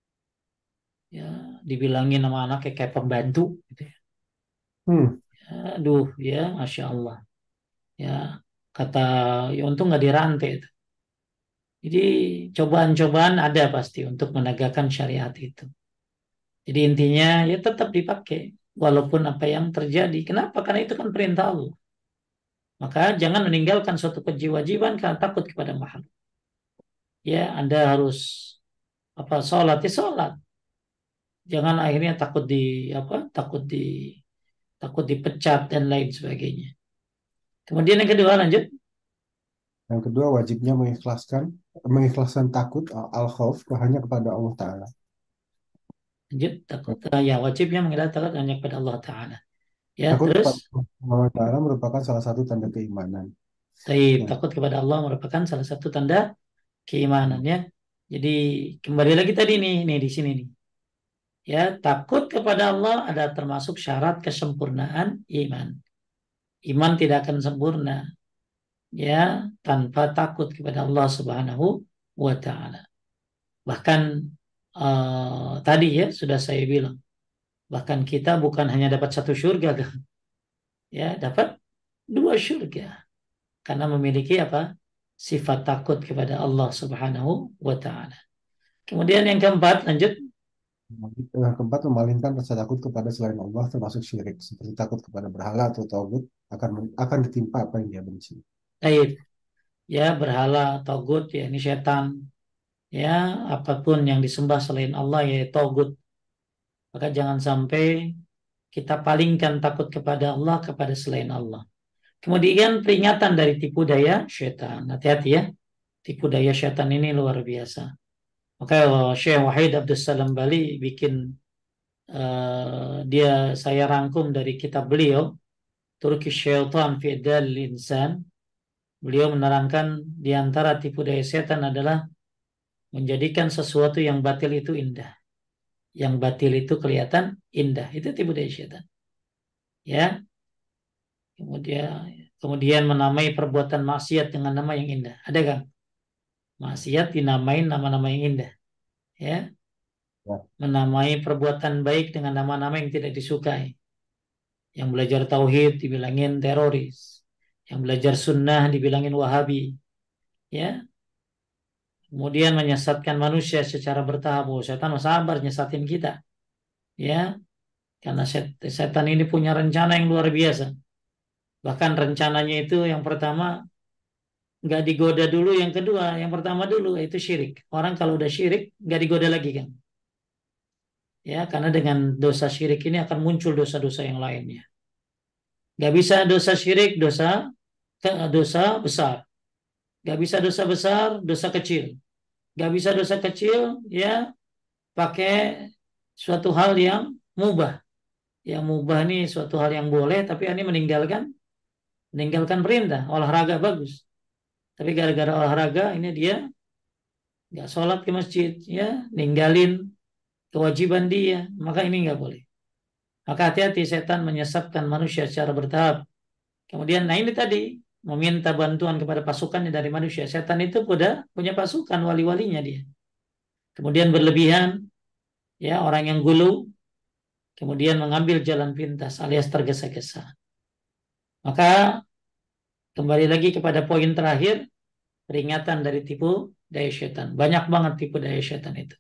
Speaker 1: Ya dibilangin sama anaknya kayak pembantu gitu ya.
Speaker 2: Hmm.
Speaker 1: Aduh, ya Masya Allah. Ya kata, ya untung nggak dirantai itu. Jadi cobaan-cobaan ada pasti untuk menegakkan syariat itu. Jadi intinya ya tetap dipakai walaupun apa yang terjadi. Kenapa? Karena itu kan perintah Allah. Maka jangan meninggalkan suatu kewajiban karena takut kepada makhluk. Ya, Anda harus apa sholat ya sholat. Jangan akhirnya takut di apa takut di takut dipecat dan lain sebagainya. Kemudian yang kedua lanjut.
Speaker 2: Yang kedua, wajibnya mengikhlaskan mengikhlaskan takut al-khauf hanya kepada Allah Ta'ala.
Speaker 1: Lanjut takut ah, ya wajibnya mengira takut hanya kepada Allah Taala. Ya
Speaker 2: Takut
Speaker 1: terus
Speaker 2: kepada Allah Ta'ala merupakan salah satu tanda keimanan.
Speaker 1: taib,
Speaker 2: Nah,
Speaker 1: takut kepada Allah merupakan salah satu tanda keimanan
Speaker 2: hmm.
Speaker 1: ya. Jadi kembali lagi tadi nih, nih di sini nih. Ya, takut kepada Allah ada termasuk syarat kesempurnaan iman. Iman tidak akan sempurna ya tanpa takut kepada Allah Subhanahu wa taala. Bahkan eh, tadi ya sudah saya bilang, bahkan kita bukan hanya dapat satu surga kan, ya dapat dua surga karena memiliki apa? Sifat takut kepada Allah Subhanahu wa taala. Kemudian yang keempat, lanjut.
Speaker 2: Yang keempat, memalingkan rasa takut kepada selain Allah termasuk syirik, seperti takut kepada berhala atau tauhid akan akan ditimpa apa yang dia benci.
Speaker 1: Taib. Ya, berhala, togut, ya ini setan. Ya, apapun yang disembah selain Allah ya togut. Maka jangan sampai kita palingkan takut kepada Allah kepada selain Allah. Kemudian peringatan dari tipu daya setan. Hati-hati ya. Tipu daya setan ini luar biasa. Maka oh, Syekh Wahid Abdul Salam Bali bikin eh, dia saya rangkum dari kitab beliau Turkish Syaitan fi Dalil Insan. Beliau menerangkan di antara tipu daya setan adalah menjadikan sesuatu yang batil itu indah. Yang batil itu kelihatan indah. Itu tipu daya setan. Ya, kemudian kemudian menamai perbuatan maksiat dengan nama yang indah. Ada kan? Maksiat dinamain nama-nama yang indah. Ya,
Speaker 2: Ya,
Speaker 1: menamai perbuatan baik dengan nama-nama yang tidak disukai. Yang belajar tauhid dibilangin teroris. Yang belajar sunnah dibilangin wahabi. Ya, kemudian menyesatkan manusia secara bertahap. Oh, setan sabar nyesatin kita. Ya, karena set- setan ini punya rencana yang luar biasa. Bahkan rencananya itu yang pertama nggak digoda dulu, yang kedua, yang pertama dulu itu syirik. Orang kalau udah syirik nggak digoda lagi kan? Ya, karena dengan dosa syirik ini akan muncul dosa-dosa yang lainnya. Nggak bisa dosa syirik, dosa dosa besar. Nggak bisa dosa besar, dosa kecil. Nggak bisa dosa kecil, ya pakai suatu hal yang mubah. Yang mubah ini suatu hal yang boleh, tapi ini meninggalkan meninggalkan perintah. Olahraga bagus. Tapi gara-gara olahraga ini dia nggak sholat ke masjid, ya ninggalin kewajiban dia, maka ini nggak boleh. Maka hati-hati setan menyesatkan manusia secara bertahap. Kemudian, nah ini tadi meminta bantuan kepada pasukannya dari manusia. Setan itu punya punya pasukan wali-walinya dia. Kemudian berlebihan, ya orang yang gulu, kemudian mengambil jalan pintas alias tergesa-gesa. Maka kembali lagi kepada poin terakhir, peringatan dari tipu daya setan. Banyak banget tipu daya setan itu.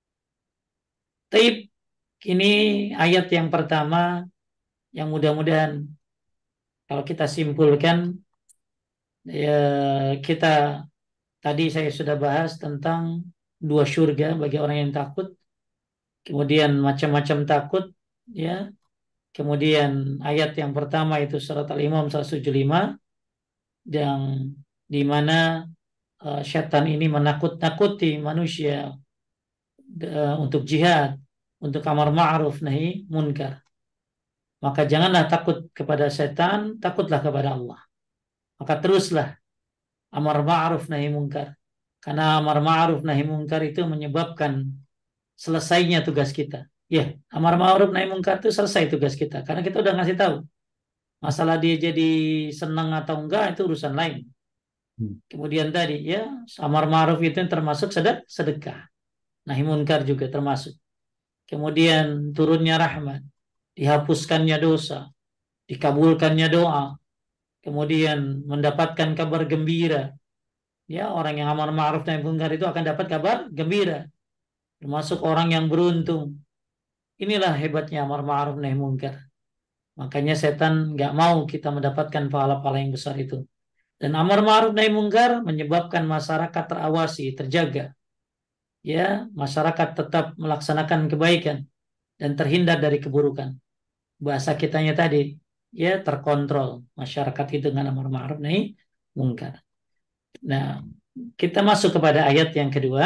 Speaker 1: Taib, ini ayat yang pertama yang mudah-mudahan kalau kita simpulkan ya kita tadi saya sudah bahas tentang dua surga bagi orang yang takut. Kemudian macam-macam takut, ya. Kemudian ayat yang pertama itu surat Al-Imran seratus tujuh puluh lima, yang di mana uh, setan ini menakut-nakuti manusia uh, untuk jihad, untuk amar ma'ruf nahi munkar. Maka janganlah takut kepada setan, takutlah kepada Allah. Maka teruslah amar ma'ruf nahi munkar. Karena amar ma'ruf nahi munkar itu menyebabkan selesainya tugas kita. Ya, amar ma'ruf nahi munkar itu selesai tugas kita. Karena kita udah ngasih tahu. Masalah dia jadi senang atau enggak itu urusan lain.
Speaker 2: Hmm.
Speaker 1: Kemudian tadi ya, amar ma'ruf itu yang termasuk sedekah. Nahi munkar juga termasuk. Kemudian turunnya rahmat, dihapuskannya dosa, dikabulkannya doa, kemudian mendapatkan kabar gembira. Ya, orang yang amar ma'ruf nahi munkar itu akan dapat kabar gembira, termasuk orang yang beruntung. Inilah hebatnya amar ma'ruf nahi munkar. Makanya setan nggak mau kita mendapatkan pahala-pahala yang besar itu. Dan amar ma'ruf nahi munkar menyebabkan masyarakat terawasi, terjaga. Ya, masyarakat tetap melaksanakan kebaikan dan terhindar dari keburukan. Bahasa kitanya tadi, ya terkontrol masyarakat itu dengan amar ma'ruf nahi munkar. Nah, kita masuk kepada ayat yang kedua.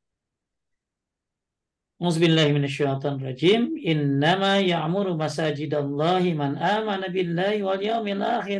Speaker 1: Auzubillahi minasyaitonirrajim. Innama ya'muru masajidallahi man amana billahi wal yawmil akhir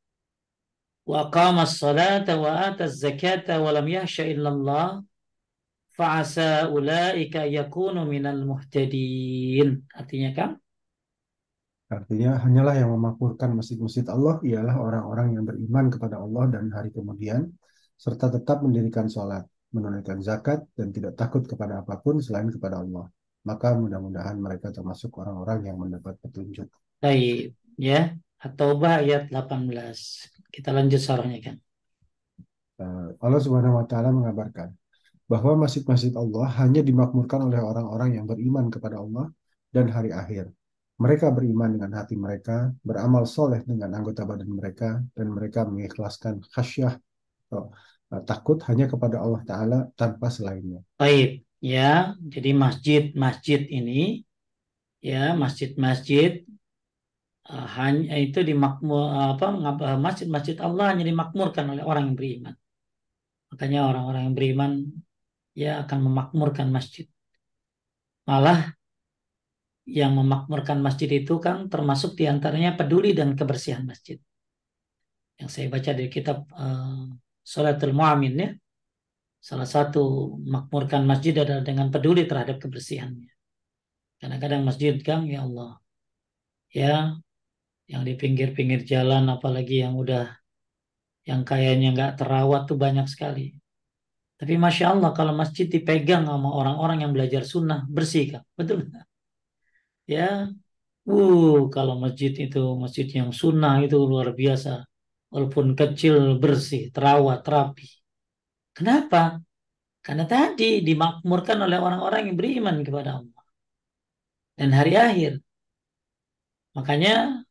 Speaker 1: wa aqamas salata wa ataz zakata wa lam yakhsha illallah fa'asa ulaika yakunu minal muhtadin. Artinya kan?
Speaker 2: Artinya hanyalah yang memakmurkan masjid-masjid Allah ialah orang-orang yang beriman kepada Allah dan hari kemudian, serta tetap mendirikan sholat, menunaikan zakat, dan tidak takut kepada apapun selain kepada Allah. Maka mudah-mudahan mereka termasuk orang-orang yang mendapat petunjuk.
Speaker 1: Baik, ya. At-Taubah ayat delapan belas. Kita lanjut sarahnya kan.
Speaker 2: Uh, Allah Subhanahu wa Ta'ala mengabarkan bahwa masjid-masjid Allah hanya dimakmurkan oleh orang-orang yang beriman kepada Allah dan hari akhir. Mereka beriman dengan hati mereka, beramal soleh dengan anggota badan mereka, dan mereka mengikhlaskan khasyah atau uh, takut hanya kepada Allah Ta'ala tanpa selainnya.
Speaker 1: Baik, ya. Jadi masjid-masjid ini, ya, masjid-masjid uh, hanya itu dimakmur apa ngab- masjid-masjid Allah hanya dimakmurkan oleh orang yang beriman. Makanya orang-orang yang beriman ya akan memakmurkan masjid. Malah yang memakmurkan masjid itu kan termasuk diantaranya peduli dan kebersihan masjid. Yang saya baca dari kitab uh, Sholatul Mu'min, ya. Salah satu makmurkan masjid adalah dengan peduli terhadap kebersihannya. Kadang-kadang masjid kan, ya Allah, ya, yang di pinggir-pinggir jalan, apalagi yang udah, yang kayaknya nggak terawat tuh banyak sekali. Tapi Masya Allah kalau masjid dipegang sama orang-orang yang belajar sunnah, bersih kan, betul nggak? Ya, uh, kalau masjid itu, masjid yang sunnah itu luar biasa. Walaupun kecil, bersih, terawat, rapi. Kenapa? Karena tadi dimakmurkan oleh orang-orang yang beriman kepada Allah dan hari akhir. Makanya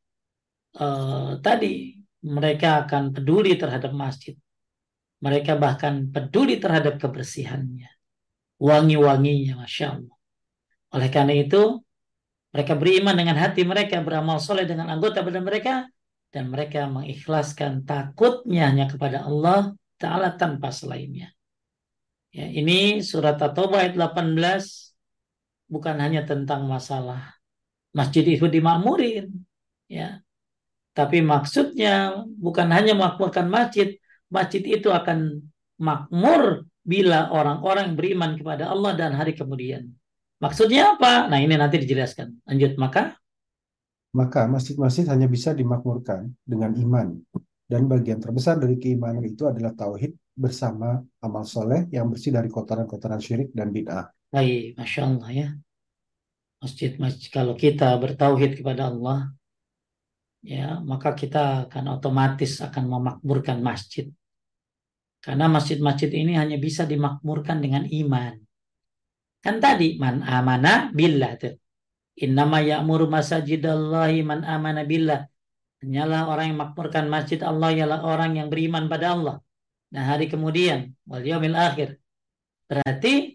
Speaker 1: eh, tadi mereka akan peduli terhadap masjid. Mereka bahkan peduli terhadap kebersihannya, wangi-wanginya, Masya Allah. Oleh karena itu, mereka beriman dengan hati mereka, beramal soleh dengan anggota badan mereka, dan mereka mengikhlaskan takutnya hanya kepada Allah Ta'ala tanpa selainnya. Ya, ini surat At-Taubah ayat delapan belas bukan hanya tentang masalah masjid itu dimakmurin, ya. Tapi maksudnya bukan hanya memakmurkan masjid, masjid itu akan makmur bila orang-orang beriman kepada Allah dan hari kemudian. Maksudnya apa? Nah, ini nanti dijelaskan. Lanjut, maka
Speaker 2: Maka masjid-masjid hanya bisa dimakmurkan dengan iman. Dan bagian terbesar dari keimanan itu adalah tauhid bersama amal soleh yang bersih dari kotoran-kotoran syirik dan bid'ah.
Speaker 1: baik, Masya Allah, ya. Masjid, masjid kalau kita bertauhid kepada Allah, ya, maka kita akan otomatis akan memakmurkan masjid. Karena masjid-masjid ini hanya bisa dimakmurkan dengan iman. Kan tadi man amana billah tuh. Innama ya'muru masajidallahi man amana billah. Hanyalah orang yang makmurkan masjid Allah ialah orang yang beriman pada Allah. Nah, hari kemudian wal yaumil akhir. Berarti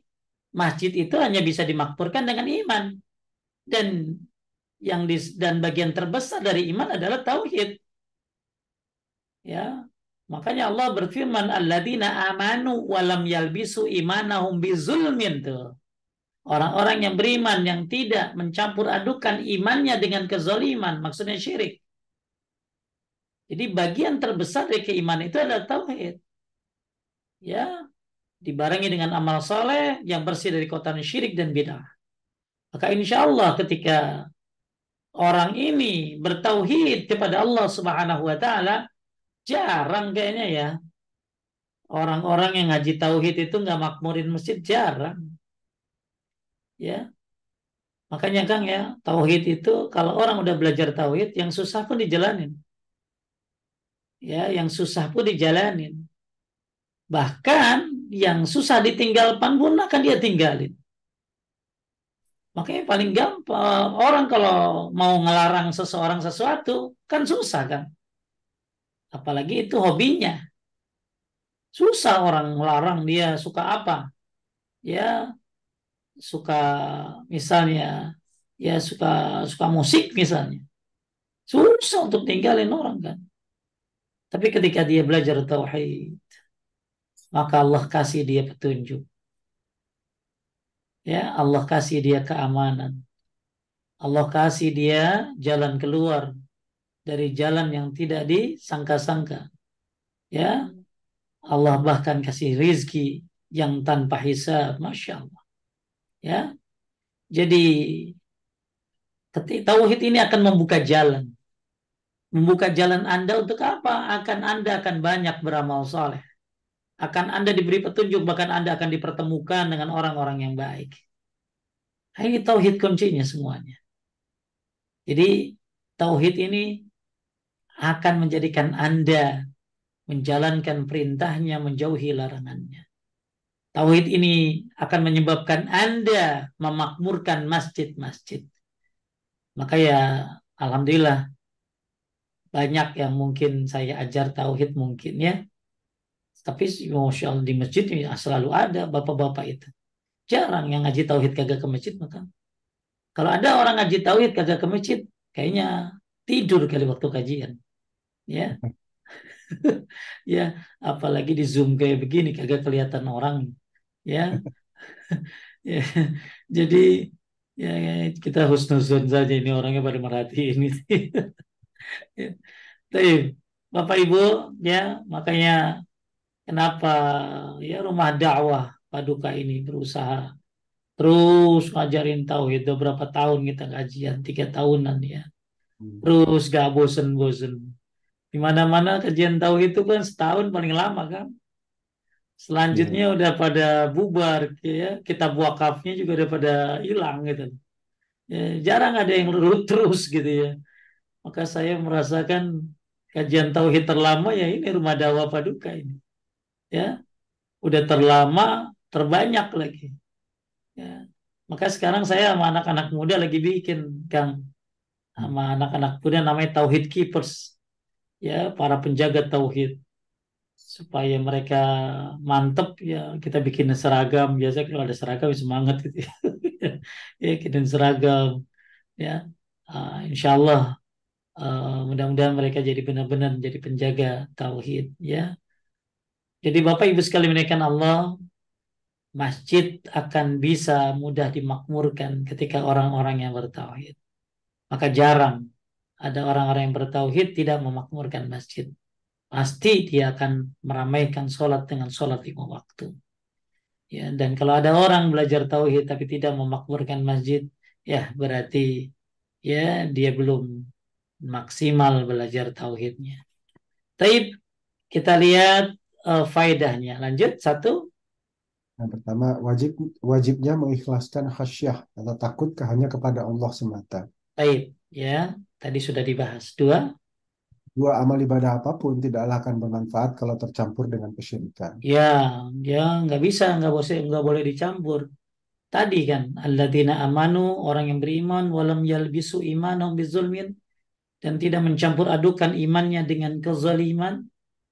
Speaker 1: Masjid itu hanya bisa dimakmurkan dengan iman, dan yang di, dan bagian terbesar dari iman adalah tauhid. Ya, makanya Allah berfirman, alladzina amanu walam yalbisu imanahum bizulmin tuh. Orang-orang yang beriman yang tidak mencampur adukan imannya dengan kezaliman, maksudnya syirik. Jadi bagian terbesar dari keimanan itu adalah tauhid. Ya, dibarengi dengan amal soleh yang bersih dari kotoran syirik dan bid'ah. Maka insya Allah ketika orang ini bertauhid kepada Allah Subhanahu wa taala, jarang kayaknya ya orang-orang yang ngaji tauhid itu nggak makmurin masjid, jarang. Ya, makanya Kang ya, tauhid itu kalau orang udah belajar tauhid, yang susah pun dijalanin. Ya, yang susah pun dijalanin. Bahkan yang susah ditinggalkan pun akan dia tinggalin. Makanya paling gampang orang kalau mau ngelarang seseorang sesuatu kan susah kan. Apalagi itu hobinya. Susah orang ngelarang dia suka apa. Ya, suka misalnya ya suka suka musik misalnya. Susah untuk tinggalin orang kan. Tapi ketika dia belajar tauhid, maka Allah kasih dia petunjuk. Ya, Allah kasih dia keamanan. Allah kasih dia jalan keluar dari jalan yang tidak disangka-sangka. Ya, Allah bahkan kasih rizki yang tanpa hisab, masya Allah. Ya, jadi ketika tauhid ini akan membuka jalan, membuka jalan Anda untuk apa? Akan Anda akan banyak beramal soleh, akan Anda diberi petunjuk, bahkan Anda akan dipertemukan dengan orang-orang yang baik. Nah, ini tauhid kuncinya semuanya. Jadi tauhid ini akan menjadikan Anda menjalankan perintahnya, menjauhi larangannya. Tauhid ini akan menyebabkan Anda memakmurkan masjid-masjid. Maka ya, alhamdulillah banyak yang mungkin saya ajar tauhid mungkin ya. Tapi masya Allah di masjid ya, selalu ada bapak-bapak itu. Jarang yang ngaji tauhid kagak ke masjid maka. Kalau ada orang ngaji tauhid kagak ke masjid, kayaknya tidur kali waktu kajian. Ya, ya, apalagi di Zoom kayak begini kagak kelihatan orang. Ya, ya. Jadi ya, ya, kita husnuzon saja ini orangnya pada merhatiin ini. Ya. Tapi Bapak Ibu ya makanya kenapa ya rumah dakwah Paduka ini berusaha terus ngajarin tauhid. Udah berapa tahun kita kajian, tiga tahunan ya.
Speaker 2: Hmm.
Speaker 1: Terus gak bosen-bosen. Di mana-mana kajian tauhid itu kan setahun paling lama kan.
Speaker 2: Ya,
Speaker 1: Selanjutnya udah pada bubar ya. Kitab wakafnya juga udah pada hilang gitu. Ya, jarang ada yang lurus terus gitu ya. Maka saya merasakan kajian tauhid terlama ya ini rumah dakwah Paduka ini. Ya, udah terlama, terbanyak lagi. Ya. Maka sekarang saya sama anak-anak muda lagi bikin, Kang, sama anak-anak muda namanya Tauhid Keepers. Ya, para penjaga tauhid. Supaya mereka mantep ya kita bikin seragam. Biasa kalau ada seragam semangat gitu ya. Ya, bikin seragam. Ya, Ah, insya Allah Uh, mudah-mudahan mereka jadi benar-benar jadi penjaga tauhid ya. Jadi Bapak Ibu sekalian menaikkan Allah, masjid akan bisa mudah dimakmurkan ketika orang-orang yang bertauhid. Maka jarang ada orang-orang yang bertauhid tidak memakmurkan masjid. Pasti dia akan meramaikan sholat dengan sholat lima waktu. Ya, dan kalau ada orang belajar tauhid tapi tidak memakmurkan masjid, ya berarti ya dia belum maksimal belajar tauhidnya. Taib, kita lihat uh, faedahnya. Lanjut satu.
Speaker 2: yang pertama wajib wajibnya mengikhlaskan khasyah atau takut ke- hanya kepada Allah semata.
Speaker 1: Taib, ya. Tadi sudah dibahas. Dua.
Speaker 2: Dua, amal ibadah apapun tidaklah akan bermanfaat kalau tercampur dengan kesyirikan.
Speaker 1: Ya, ya nggak bisa, nggak boleh, nggak boleh dicampur. Tadi kan, alladzina amanu, orang yang beriman, walam yalbisu imanahum bizulmin, dan tidak mencampur adukan imannya dengan kezaliman.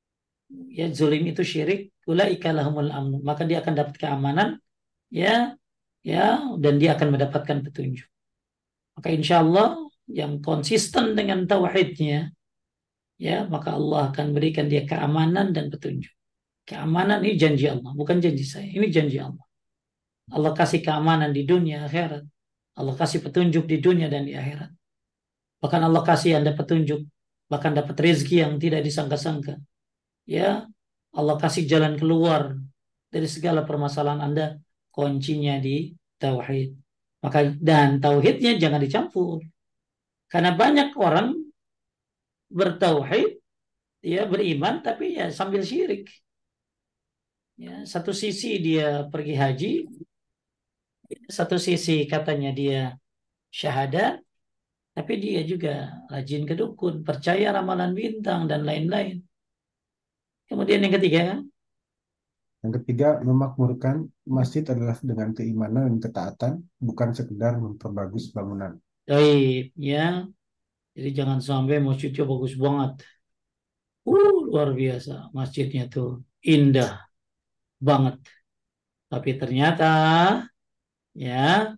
Speaker 1: Ya, zulim itu syirik. Ulaika lahumul amnu. Maka dia akan dapat keamanan. Ya, ya, dan dia akan mendapatkan petunjuk. Maka insya Allah yang konsisten dengan tauhidnya, ya, maka Allah akan berikan dia keamanan dan petunjuk. Keamanan ini janji Allah, bukan janji saya. Ini janji Allah. Allah kasih keamanan di dunia akhirat. Allah kasih petunjuk di dunia dan di akhirat. Bahkan Allah kasih Anda petunjuk, bahkan dapat rezeki yang tidak disangka-sangka. Ya, Allah kasih jalan keluar dari segala permasalahan Anda, kuncinya di tauhid. Maka dan tauhidnya jangan dicampur. Karena banyak orang bertauhid, ya beriman tapi ya sambil syirik. Ya, satu sisi dia pergi haji, satu sisi katanya dia syahadat, tapi dia juga rajin ke dukun, percaya ramalan bintang dan lain-lain. Kemudian yang ketiga,
Speaker 2: Yang ketiga, memakmurkan masjid adalah dengan keimanan dan ketaatan, bukan sekedar memperbagus bangunan.
Speaker 1: baik, ya. Jadi jangan sampai masjidnya bagus banget. Uh, luar biasa. Masjidnya tuh indah banget. Tapi ternyata ya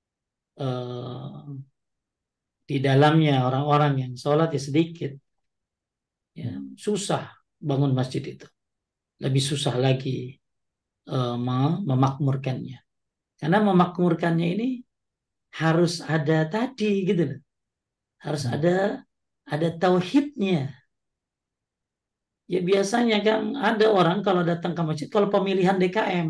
Speaker 1: eh, di dalamnya orang-orang yang sholat ya sedikit. Ya, susah bangun masjid itu. Lebih susah lagi eh, memakmurkannya. Karena memakmurkannya ini harus ada tadi gitu loh. Harus ada ada tauhidnya. Ya biasanya kan ada orang kalau datang ke masjid kalau pemilihan D K M.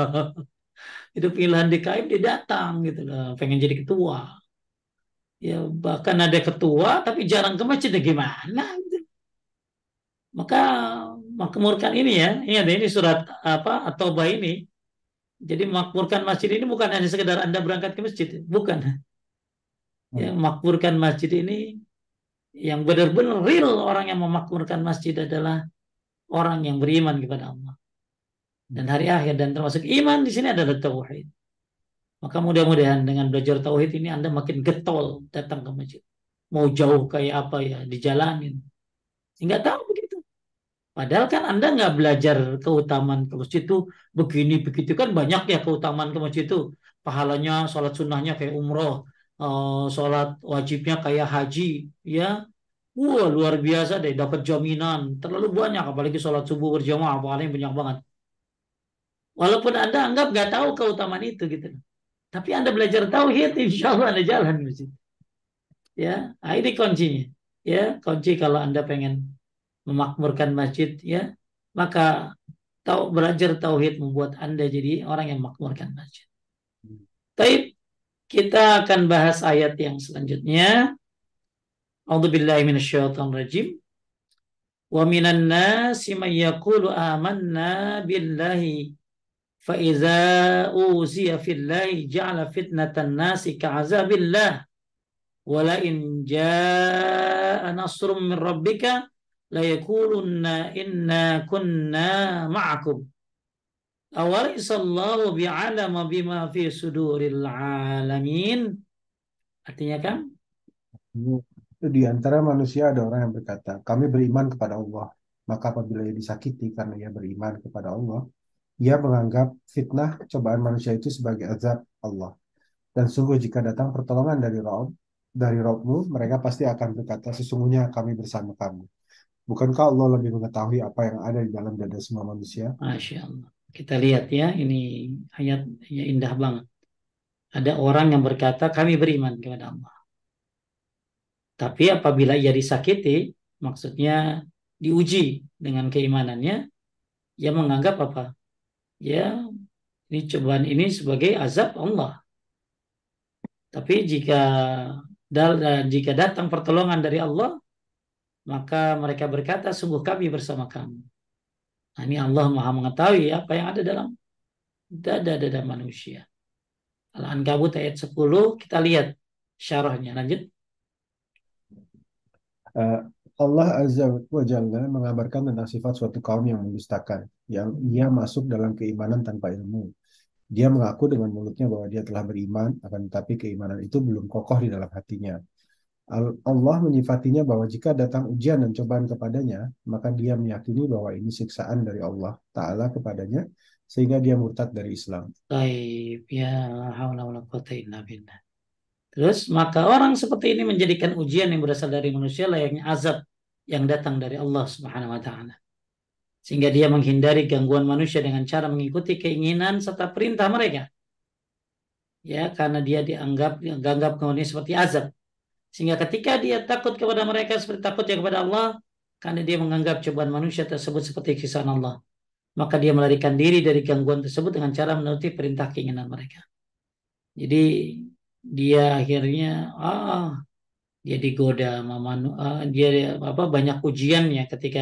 Speaker 1: Itu pilihan D K M dia datang gitu loh, pengen jadi ketua. Ya bahkan ada ketua tapi jarang ke masjid ya gimana gitu. Maka makmurkan ini ya. Ini ada ini surat apa At-Taubah ini. Jadi makmurkan masjid ini bukan hanya sekedar Anda berangkat ke masjid, bukan. Ya, makmurkan masjid ini yang benar-benar real orang yang memakmurkan masjid adalah orang yang beriman kepada Allah dan hari akhir, dan termasuk iman di sini adalah tauhid. Maka mudah-mudahan dengan belajar tauhid ini Anda makin getol datang ke masjid. Mau jauh kayak apa ya dijalanin. Nggak tahu begitu. Padahal kan Anda nggak belajar keutamaan ke masjid itu begini begitu kan banyak ya keutamaan ke masjid itu. Pahalanya, sholat sunnahnya kayak umroh, eh, sholat wajibnya kayak haji, ya. Wah luar biasa deh, dapat jaminan terlalu banyak, apalagi sholat subuh berjamaah paling banyak banget. Walaupun Anda anggap nggak tahu keutamaan itu gitu. Tapi Anda belajar tauhid, insya Allah Anda jalan di masjid. Ya, nah, ini kuncinya. Ya, kunci kalau Anda pengen memakmurkan masjid, ya, maka tahu belajar tauhid membuat Anda jadi orang yang memakmurkan masjid. Baik, kita akan bahas ayat yang selanjutnya. A'udzubillahi minasyaitonirrajim. Wa minan nasi may yaqulu amanna billahi fa idza uziya fillahi ja'ala fitnatan nasi ka'azabillah wala in jaa nasrun min rabbika la yakulunna inna kunna ma'akum awalaisallahu bi'alama bima fi suduril alamin. Artinya kan
Speaker 2: Itu di antara manusia ada orang yang berkata, kami beriman kepada Allah. Maka apabila ia disakiti karena ia beriman kepada Allah, ia menganggap fitnah cobaan manusia itu sebagai azab Allah. Dan sungguh jika datang pertolongan dari Rabb, dari Rabbmu, mereka pasti akan berkata, sesungguhnya kami bersama kamu. Bukankah Allah lebih mengetahui apa yang ada di dalam dada semua manusia?
Speaker 1: Masya Allah. Kita lihat ya, ini ayatnya indah banget. Ada orang yang berkata, kami beriman kepada Allah. Tapi apabila ia disakiti, maksudnya diuji dengan keimanannya, ia menganggap apa? Ya, ini cobaan ini sebagai azab Allah. Tapi jika jika datang pertolongan dari Allah, maka mereka berkata, sungguh kami bersama kamu. Nah, ini Allah Maha mengetahui apa yang ada dalam dada-dada manusia. Al-Ankabut ayat sepuluh, kita lihat syarahnya. Lanjut.
Speaker 2: Uh, Allah Azza wa Jalla mengabarkan tentang sifat suatu kaum yang mendustakan, yang ia masuk dalam keimanan tanpa ilmu. Dia mengaku dengan mulutnya bahwa dia telah beriman, akan tetapi keimanan itu belum kokoh di dalam hatinya. Allah menyifatinya bahwa jika datang ujian dan cobaan kepadanya, maka dia meyakini bahwa ini siksaan dari Allah Ta'ala kepadanya, sehingga dia murtad dari Islam.
Speaker 1: Taib, ya la haula wala quwata illa billah. Terus maka orang seperti ini menjadikan ujian yang berasal dari manusia layaknya azab yang datang dari Allah Subhanahu wa taala. Sehingga dia menghindari gangguan manusia dengan cara mengikuti keinginan serta perintah mereka. Ya, karena dia dianggap dianggap kemudian seperti azab. Sehingga ketika dia takut kepada mereka seperti takutnya kepada Allah, karena dia menganggap cobaan manusia tersebut seperti siksaan Allah, maka dia melarikan diri dari gangguan tersebut dengan cara menuruti perintah keinginan mereka. Jadi dia akhirnya ah dia digoda sama manu, ah, dia apa banyak ujiannya ketika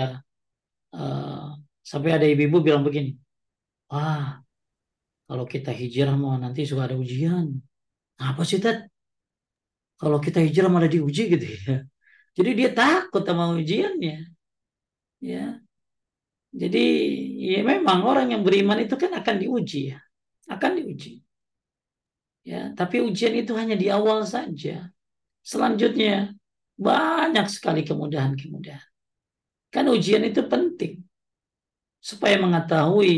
Speaker 1: ah, sampai ada ibu-ibu bilang begini, wah kalau kita hijrah mau nanti suka ada ujian. Apa sih Ted? Kalau kita hijrah malah diuji gitu ya. Jadi dia takut sama ujiannya, ya. Jadi ya memang orang yang beriman itu kan akan diuji ya, akan diuji. Ya, tapi ujian itu hanya di awal saja. Selanjutnya banyak sekali kemudahan-kemudahan. Kan ujian itu penting supaya mengetahui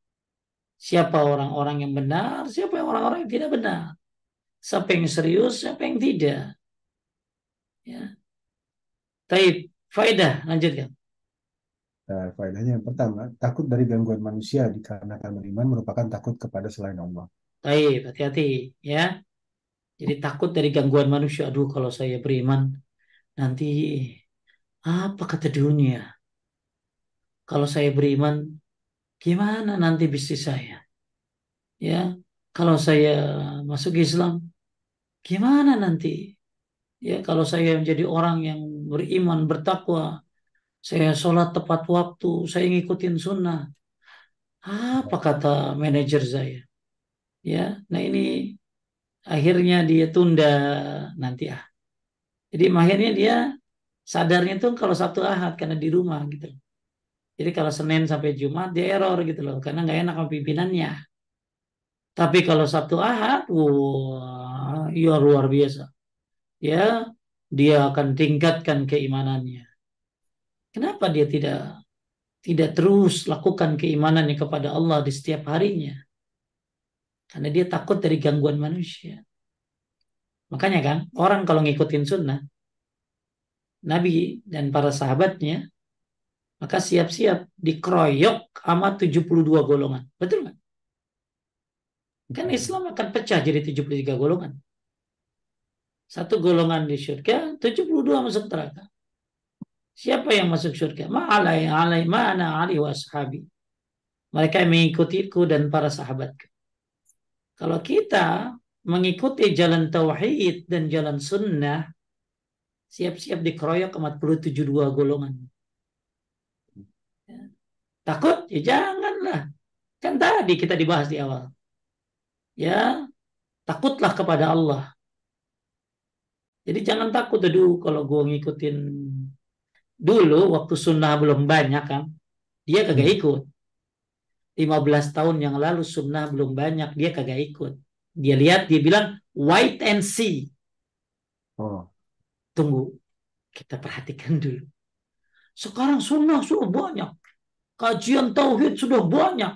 Speaker 1: siapa orang-orang yang benar, siapa yang orang-orang yang tidak benar, siapa yang serius, siapa yang tidak. Ya, taib, faedah, lanjutkan.
Speaker 2: Nah, faedahnya yang pertama, takut dari gangguan manusia dikarenakan beriman merupakan takut kepada selain Allah.
Speaker 1: Taib, hati-hati, ya. Jadi takut dari gangguan manusia. Aduh, kalau saya beriman, nanti apa kata dunia? Kalau saya beriman, gimana nanti bisnis saya? Ya, kalau saya masuk Islam, gimana nanti? Ya, kalau saya menjadi orang yang beriman, bertakwa, saya sholat tepat waktu, saya ngikutin sunnah. Apa kata manajer saya? Ya, nah ini akhirnya dia tunda nanti ah. Jadi akhirnya dia sadarnya tuh kalau Sabtu Ahad karena di rumah gitu. Jadi kalau Senin sampai Jumat dia error gitu loh karena nggak enak sama pimpinannya. Tapi kalau Sabtu Ahad, wah, ya luar biasa. Ya, dia akan tingkatkan keimanannya. Kenapa dia tidak tidak terus lakukan keimanannya kepada Allah di setiap harinya? Karena dia takut dari gangguan manusia. Makanya kan orang kalau ngikutin sunnah Nabi dan para sahabatnya, maka siap-siap dikeroyok sama tujuh puluh dua golongan. Betul nggak? Kan Islam akan pecah jadi tujuh puluh tiga golongan. Satu golongan di surga, tujuh puluh dua masuk neraka. Siapa yang masuk surga? Ma'alai alai ma'ana ali wa ashabi. Mereka yang mengikutiku dan para sahabatku. Kalau kita mengikuti jalan tauhid dan jalan sunnah, siap-siap dikeroyok empat puluh tujuh dua golongan. Takut? Ya janganlah. Kan tadi kita dibahas di awal. Ya, takutlah kepada Allah. Jadi jangan takut, aduh kalau gue ngikutin dulu waktu sunnah belum banyak kan, dia kagak
Speaker 2: Hmm.
Speaker 1: ikut. lima belas tahun yang lalu sunnah belum banyak, dia kagak ikut. Dia lihat, dia bilang, wait and see.
Speaker 2: Oh,
Speaker 1: Tunggu, kita perhatikan dulu. Sekarang sunnah sudah banyak. Kajian tauhid sudah banyak.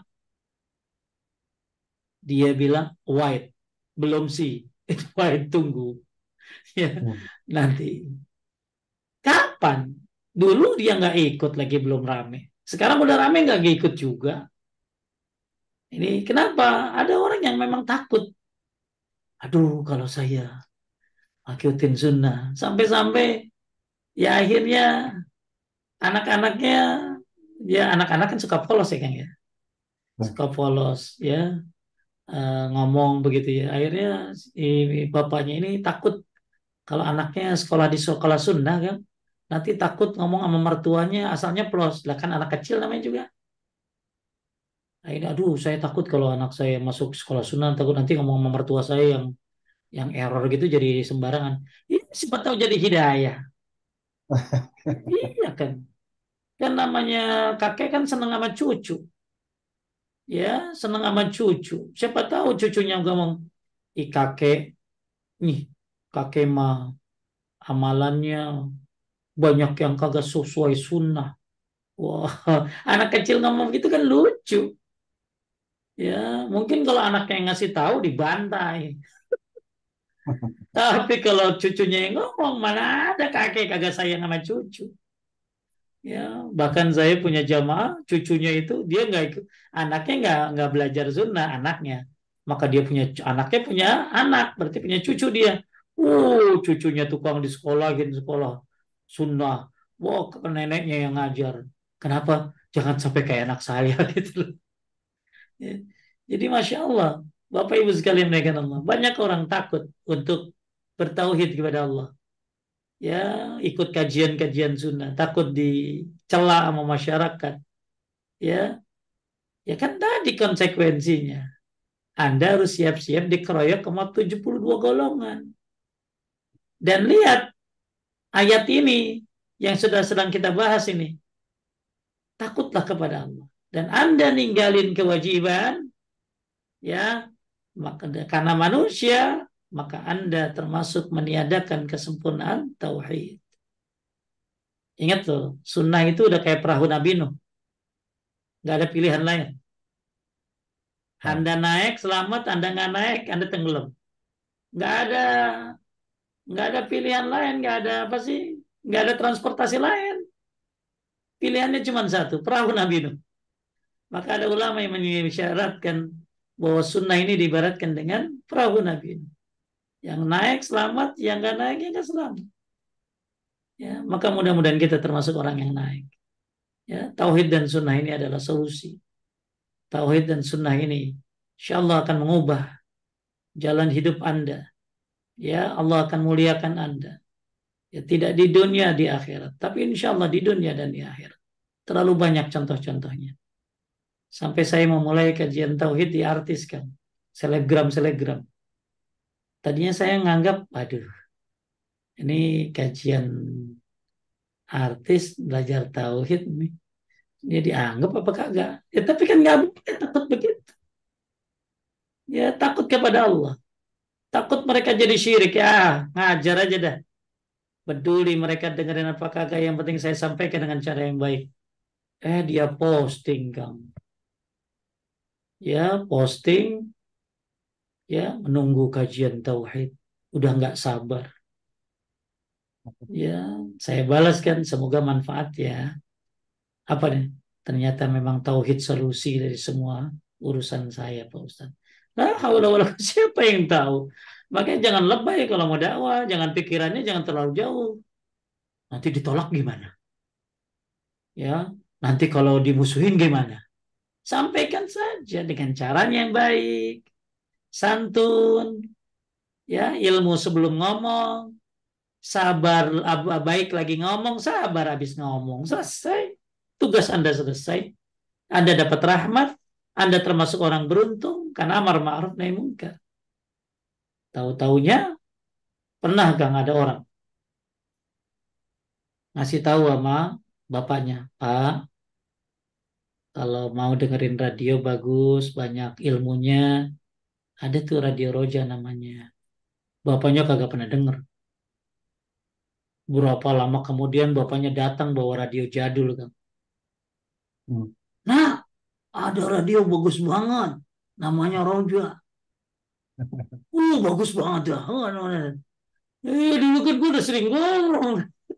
Speaker 1: Dia bilang, wait. Belum sih. Wait, tunggu. Ya,
Speaker 2: hmm.
Speaker 1: nanti. Kapan? Dulu dia nggak ikut lagi belum rame. Sekarang udah rame nggak ikut juga. Ini kenapa? Ada orang yang memang takut. Aduh, kalau saya ikutin sunnah. Sampai-sampai ya akhirnya anak-anaknya, ya anak-anak kan suka polos ya kan ya.
Speaker 2: Nah,
Speaker 1: Suka polos ya. Eh, ngomong begitu ya. Akhirnya si bapaknya ini takut kalau anaknya sekolah di sekolah Sunda kan. Nanti takut ngomong sama mertuanya asalnya polos. Lah kan anak kecil namanya juga. Nah, ini aduh saya takut kalau anak saya masuk sekolah Sunda takut nanti ngomong sama mertua saya yang yang error gitu jadi sembarangan. Ini siapa tahu jadi hidayah. Iya kan. Kan namanya kakek kan seneng sama cucu. Ya, seneng sama cucu. Siapa tahu cucunya ngomong, ih kakek, nih kakek mah amalannya banyak yang kagak sesuai sunnah. Wah, anak kecil ngomong gitu kan lucu. Ya, mungkin kalau anaknya yang ngasih tahu dibantai. Tapi kalau cucunya yang ngomong, mana ada kakek kagak sayang sama cucu. Ya, bahkan saya punya jamaah, cucunya itu dia nggak ikut, anaknya nggak nggak belajar sunnah, anaknya. Maka dia punya anaknya punya anak, berarti punya cucu dia. Uh, cucunya tukang di sekolah, gitu sekolah sunnah. Wah, ke neneknya yang ngajar. Kenapa? Jangan sampai kayak anak saya gitu loh. Ya. Jadi masya Allah, Bapak Ibu sekalian menaikkan Allah, banyak orang takut untuk bertauhid kepada Allah. Ya, ikut kajian-kajian sunnah, takut dicela sama masyarakat. Ya, ya kan tadi konsekuensinya. Anda harus siap-siap dikeroyok sama tujuh puluh dua golongan. Dan lihat ayat ini yang sudah sedang kita bahas ini. Takutlah kepada Allah. Dan Anda ninggalin kewajiban, ya, maka karena manusia, maka Anda termasuk meniadakan kesempurnaan tauhid. Ingat tuh, sunnah itu udah kayak perahu Nabi Nuh, nggak ada pilihan lain.
Speaker 2: Ya.
Speaker 1: Anda naik selamat, Anda nggak naik, Anda tenggelam. Nggak ada, nggak ada pilihan lain, nggak ada apa sih, nggak ada transportasi lain. Pilihannya cuma satu, perahu Nabi Nuh. Maka ada ulama yang mengisyaratkan bahwa sunnah ini diibaratkan dengan perahu Nabi Nuh. Yang naik selamat, yang nggak naik ya nggak selamat. Ya, maka mudah-mudahan kita termasuk orang yang naik. Ya, tauhid dan sunnah ini adalah solusi. Tauhid dan sunnah ini, insya Allah akan mengubah jalan hidup Anda. Ya, Allah akan muliakan Anda. Ya, tidak di dunia, di akhirat. Tapi insya Allah di dunia dan di akhirat. Terlalu banyak contoh-contohnya. Sampai saya memulai kajian tauhid diartiskan. Selebgram-selebgram. Tadinya saya nganggap, aduh, ini kajian artis belajar tauhid nih. Dia dianggap apa kagak? Ya tapi kan nggak boleh takut begitu. Ya takut kepada Allah. Takut mereka jadi syirik. Ya ngajar aja dah. Peduli mereka dengerin apa kagak. Yang penting saya sampaikan dengan cara yang baik. Eh dia posting kamu. Ya posting. Ya menunggu kajian tauhid. Udah nggak sabar. Ya saya balaskan. Semoga manfaat ya. Apa nih? Ternyata memang tauhid solusi dari semua urusan saya, Pak Ustaz. Nah, haula wala quwwata, siapa yang tahu? Makanya jangan lebay kalau mau dakwah, jangan pikirannya jangan terlalu jauh. Nanti ditolak gimana? Ya, nanti kalau dimusuhin gimana? Sampaikan saja dengan caranya yang baik, santun, ya, ilmu sebelum ngomong, sabar ab- baik lagi ngomong, sabar habis ngomong. Selesai. Tugas Anda selesai. Anda dapat rahmat, Anda termasuk orang beruntung karena amar ma'ruf nahi munkar. Tahu-taunya pernah gak ada orang ngasih tahu sama bapaknya, Pak, kalau mau dengerin radio bagus, banyak ilmunya, ada tuh Radio Roja namanya. Bapaknya kagak pernah denger. Berapa lama kemudian bapaknya datang bawa radio jadul kan.
Speaker 2: Hmm.
Speaker 1: Nah, ada radio bagus banget. Namanya Roja. Uh, bagus banget ya. Eh, dulu kan gue udah sering ngomong.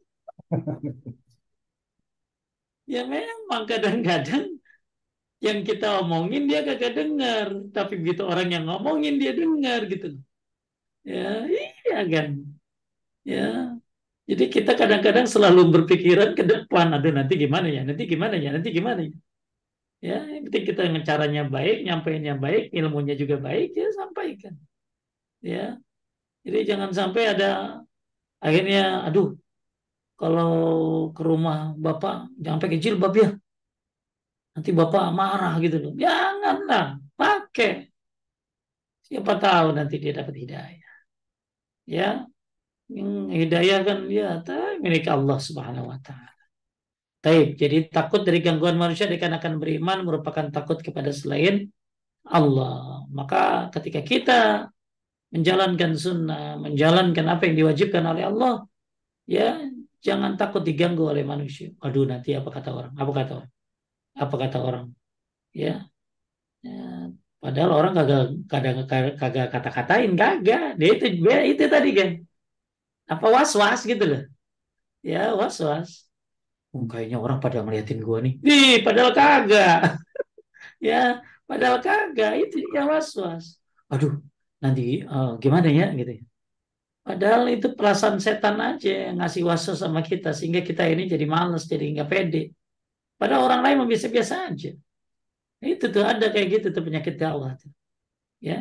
Speaker 1: Ya memang kadang-kadang yang kita omongin dia kagak dengar, tapi begitu orang yang ngomongin dia dengar gitu. Ya, iya kan. Ya, jadi kita kadang-kadang selalu berpikiran ke depan, aduh nanti gimana ya, nanti gimana ya, nanti gimana ya. Ya, yang penting kita dengan caranya baik, nyampeinnya baik, ilmunya juga baik, ya sampaikan. Ya, jadi jangan sampai ada akhirnya, aduh, kalau ke rumah bapak jangan pakai jilbab ya, nanti bapak marah gitu loh. Janganlah, pakai. Siapa tahu nanti dia dapat hidayah. Ya, yang hidayah kan ya milik Allah Subhanahu wa taala. Taib. Jadi takut dari gangguan manusia dikarenakan beriman merupakan takut kepada selain Allah. Maka ketika kita menjalankan sunnah, menjalankan apa yang diwajibkan oleh Allah, ya jangan takut diganggu oleh manusia. Aduh nanti apa kata orang? Apa kata orang? Apa kata orang? Ya, ya. Padahal orang kagak kadang kagak kagak kata-katain, kagak. Dia itu dia itu tadi kan. Apa was-was gitu loh. Ya, was-was. Oh, kayaknya orang pada ngeliatin gua nih. Ih, padahal kagak. Ya, padahal kagak. Itu yang was-was. Aduh, nanti eh, gimana ya gitu. Padahal itu perasaan setan aja yang ngasih was-was sama kita sehingga kita ini jadi males, jadi nggak pede. Padahal orang lain mah biasa-biasa aja. Itu tuh ada kayak gitu tuh penyakit dakwah tuh. Ya,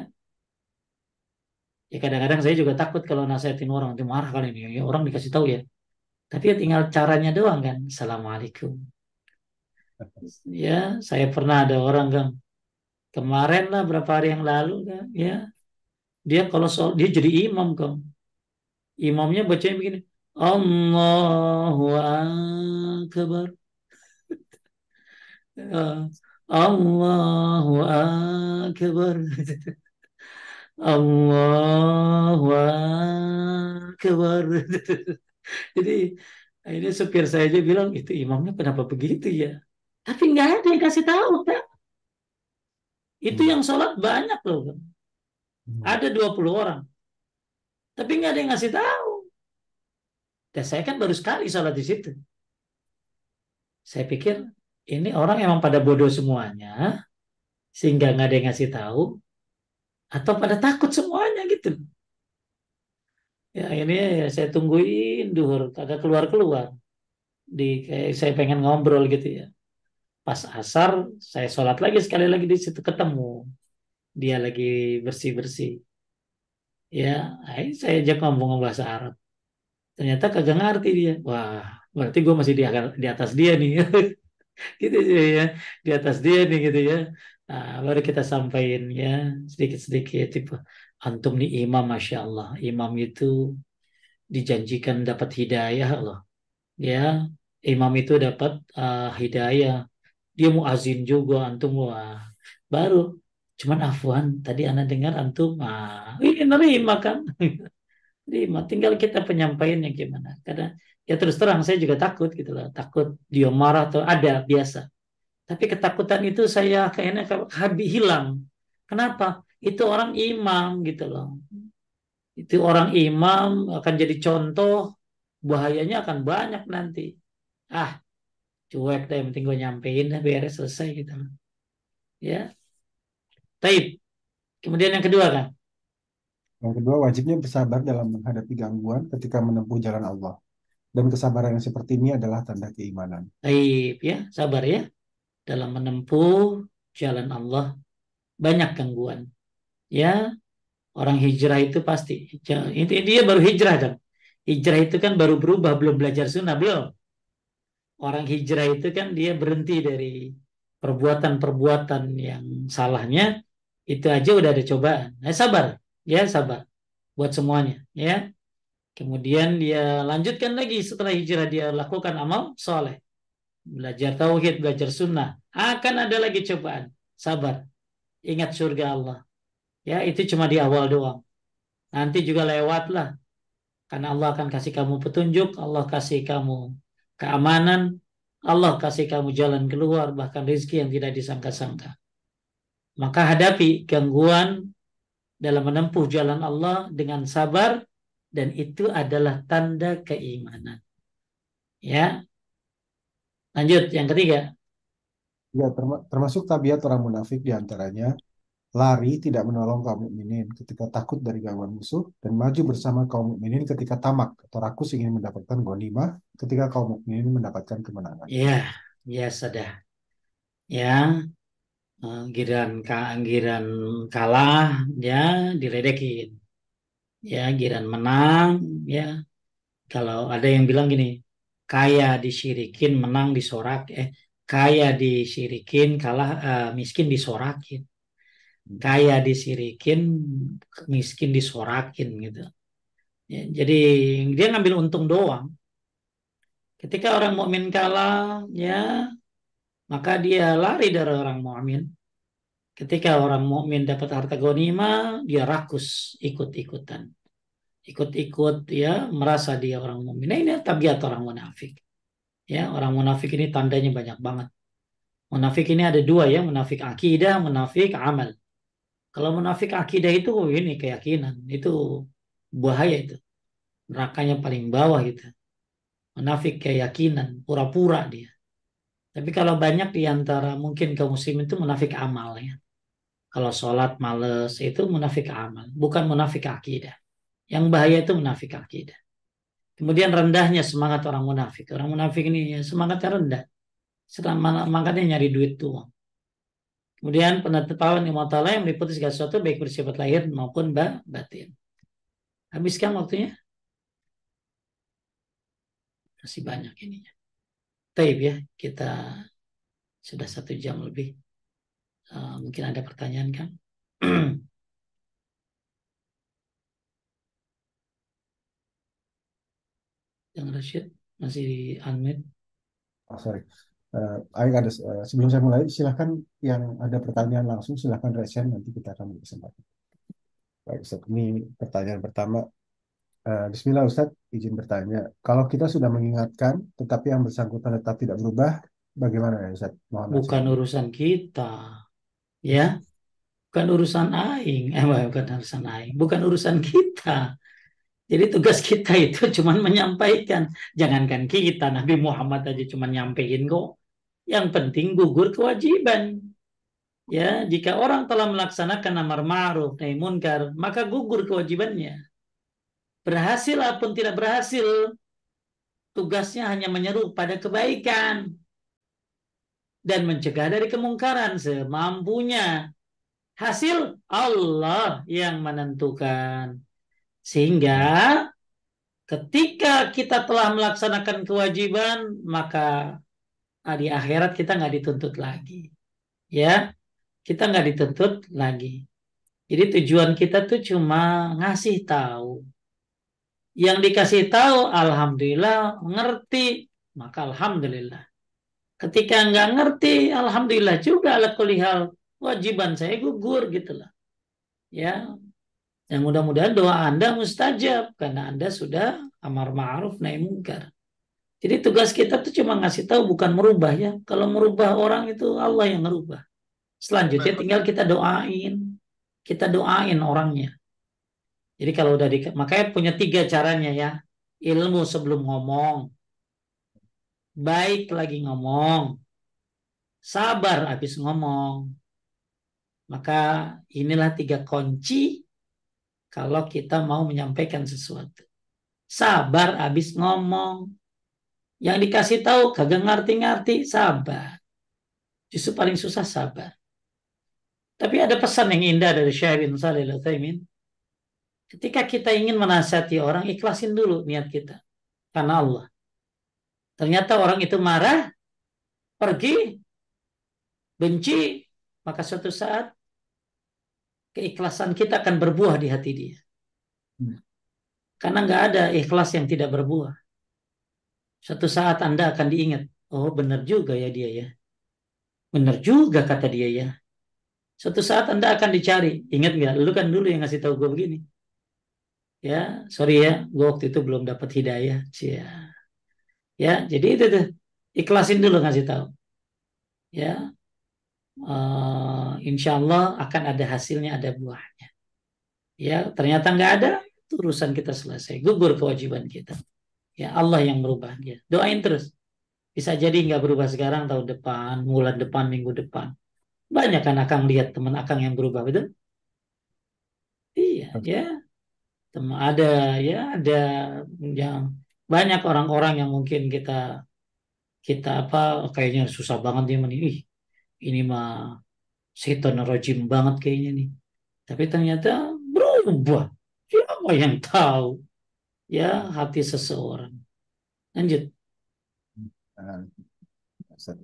Speaker 1: ya kadang-kadang saya juga takut kalau nasihatin orang nanti marah kali ini. Ya, orang dikasih tahu ya. Tapi ya tinggal caranya doang kan. Assalamualaikum. Ya, saya pernah ada orang kan kemarin lah berapa hari yang lalu kan. Ya, dia kalau soal dia jadi imam kan. Imamnya bacanya begini. Allahu Akbar. Ya, Allahu Akbar. Allahu Akbar. Jadi ini supir saya aja bilang itu imamnya kenapa begitu ya? Tapi nggak ada yang kasih tahu, Pak. Itu
Speaker 2: Hmm.
Speaker 1: yang sholat banyak loh, Bang.
Speaker 2: Hmm.
Speaker 1: Ada dua puluh orang. Tapi nggak ada yang ngasih tahu. Dan saya kan baru sekali sholat di situ. Saya pikir ini orang emang pada bodoh semuanya, sehingga nggak ada yang ngasih tahu, atau pada takut semuanya gitu. Ya ini ya saya tungguin duhur, kagak keluar-keluar. Di kayak saya pengen ngobrol gitu ya. Pas asar, saya sholat lagi sekali lagi di situ ketemu. Dia lagi bersih-bersih. Ya, akhirnya saya ajak ngomong bahasa Arab. Ternyata kagak ngerti dia. Wah, berarti gue masih di, di atas dia nih. Gitu sih ya. Di atas dia nih gitu ya. Nah, baru kita sampaikan ya sedikit-sedikit. Tipe, antum nih imam, Masya Allah. Imam itu dijanjikan dapat hidayah loh. Ya, imam itu dapat uh, hidayah. Dia muazin juga antum wah. Baru cuman afwan tadi anak dengar antum ah ini nerima kan. Terima, tinggal kita penyampaiannya gimana. Karena ya terus terang saya juga takut gitu loh. Takut dia marah atau ada biasa. Tapi ketakutan itu saya kayaknya habis hilang. Kenapa? Itu orang imam gitu loh. Itu orang imam akan jadi contoh, bahayanya akan banyak nanti. Ah, cuek deh, yang penting gue nyampein dah beres selesai gitu. Ya, taib. Kemudian yang kedua kan,
Speaker 2: Yang kedua, wajibnya bersabar dalam menghadapi gangguan ketika menempuh jalan Allah. Dan kesabaran yang seperti ini adalah tanda keimanan.
Speaker 1: taib ya, sabar ya dalam menempuh jalan Allah banyak gangguan. Ya, orang hijrah itu pasti. Itu dia baru hijrah kan. Hijrah itu kan baru berubah, belum belajar sunnah belum. Orang hijrah itu kan dia berhenti dari perbuatan-perbuatan yang salahnya. Itu aja udah ada cobaan. Nah, sabar, ya sabar buat semuanya. Ya, kemudian dia lanjutkan lagi setelah hijrah dia lakukan amal soleh, belajar tauhid, belajar sunnah. Akan ada lagi cobaan. Sabar, ingat surga Allah. Ya, itu cuma di awal doang. Nanti juga lewat lah. Karena Allah akan kasih kamu petunjuk, Allah kasih kamu keamanan, Allah kasih kamu jalan keluar, bahkan rezeki yang tidak disangka-sangka. Maka hadapi gangguan dalam menempuh jalan Allah dengan sabar, dan itu adalah tanda keimanan. Ya, lanjut yang ketiga.
Speaker 2: Ya, terma- termasuk tabiat orang munafik diantaranya, lari tidak menolong kaum mukminin ketika takut dari gangguan musuh, dan maju bersama kaum mukminin ketika tamak atau rakus ingin mendapatkan ghanimah ketika kaum mukminin mendapatkan kemenangan.
Speaker 1: Ya, ya sudah. Ya, eh, giran ka- giran kalah, ya diledekin. Ya, giran menang, ya. Kalau ada yang bilang gini, kaya disyirikin, menang disorak, eh, kaya disyirikin, kalah eh, miskin disorakin, kaya disyirikin, miskin disorakin gitu. Ya, jadi dia ngambil untung doang. Ketika orang mukmin kalah, ya maka dia lari dari orang mukmin. Ketika orang mukmin dapat harta ghanimah, dia rakus, ikut-ikutan, ikut-ikut, ya merasa dia orang mukmin. Nah, ini tabiat orang munafik. Ya, orang munafik ini tandanya banyak banget. Munafik ini ada dua ya, munafik akidah, munafik amal. Kalau munafik akidah itu oh, ini keyakinan, itu bahaya itu. Nerakanya paling bawah gitu. Munafik keyakinan, pura-pura dia. Tapi kalau banyak di antara mungkin kaum muslim itu munafik amal ya. Kalau sholat males itu munafik amal, bukan munafik akidah. Yang bahaya itu munafik akidah. Kemudian rendahnya semangat orang munafik. Orang munafik ini ya, semangatnya rendah. Semangatnya nyari duit doang. Kemudian penetapan ilmu ta'ala yang meliputi segala sesuatu baik bersifat lahir maupun batin. Habiskan waktunya? Masih banyak ininya. Taib ya, kita sudah satu jam lebih. Uh, mungkin ada pertanyaan kan? Yang Rashid masih unmute.
Speaker 2: Oh, sorry. Uh, Aik ada uh, sebelum saya mulai, silahkan yang ada pertanyaan langsung silahkan raise hand, nanti kita akan kesempatan. Baik, Ustaz. Ini pertanyaan pertama. Uh, Bismillah Ustaz, izin bertanya. Kalau kita sudah mengingatkan, tetapi yang bersangkutan tetap tidak berubah, bagaimana ya Ustaz? Mohon
Speaker 1: Bukan
Speaker 2: nasihatnya.
Speaker 1: urusan kita, ya. Bukan urusan aing, eh bukan urusan aing, bukan urusan kita. Jadi tugas kita itu cuma menyampaikan. Jangankan kita, Nabi Muhammad aja cuma nyampein kok. Yang penting gugur kewajiban. Ya, jika orang telah melaksanakan amar ma'ruf nahi munkar, maka gugur kewajibannya. Berhasil ataupun tidak berhasil, tugasnya hanya menyeru pada kebaikan dan mencegah dari kemungkaran semampunya. Hasil Allah yang menentukan. Sehingga
Speaker 2: Hmm.
Speaker 1: ketika kita telah melaksanakan kewajiban, maka ah, di akhirat kita nggak dituntut lagi. Ya, kita nggak dituntut lagi. Jadi tujuan kita tuh cuma ngasih tahu. Yang dikasih tahu, alhamdulillah ngerti, maka alhamdulillah. Ketika nggak ngerti, alhamdulillah juga ala kulli hal wajiban saya gugur gitu lah. Ya, yang mudah-mudahan doa Anda mustajab karena Anda sudah amar ma'ruf nahi munkar. Jadi tugas kita tuh cuma ngasih tahu bukan merubah ya. Kalau merubah orang itu Allah yang merubah. Selanjutnya tinggal kita doain. Kita doain orangnya. Jadi kalau udah di, makanya punya tiga caranya ya. Ilmu sebelum ngomong, baik lagi ngomong, sabar habis ngomong. Maka inilah tiga kunci kalau kita mau menyampaikan sesuatu. Sabar habis ngomong. Yang dikasih tahu kagak ngerti-ngerti, sabar. Justru paling susah sabar. Tapi ada pesan yang indah dari Syekh bin Shalih Al-Utsaimin. Ketika kita ingin menasihati orang, ikhlasin dulu niat kita. Karena Allah. Ternyata orang itu marah, pergi, benci, maka suatu saat keikhlasan kita akan berbuah di hati dia. Karena nggak ada ikhlas yang tidak berbuah. Suatu saat Anda akan diingat, oh benar juga ya dia ya. Benar juga kata dia ya. Suatu saat Anda akan dicari. Ingat nggak? Lu kan dulu yang ngasih tahu gue begini. Ya, sorry ya, gue waktu itu belum dapat hidayah. Cia. Ya, jadi itu tuh. Ikhlasin dulu ngasih tahu. Ya, uh, insya Allah akan ada hasilnya, ada buahnya. Ya, ternyata nggak ada, itu urusan kita selesai. Gugur kewajiban kita. Ya, Allah yang merubah dia. Doain terus. Bisa jadi nggak berubah sekarang, tahun depan, bulan depan, minggu depan. Banyak kan akang lihat teman akang yang berubah, betul? Iya, ya. Teman ada, ya ada yang banyak orang-orang yang mungkin kita kita apa kayaknya susah banget dia meni. Ih, ini mah setan rajim banget kayaknya nih. Tapi ternyata berubah. Siapa yang tahu? Ya, hati seseorang. Lanjut.
Speaker 2: Nah, Ustaz.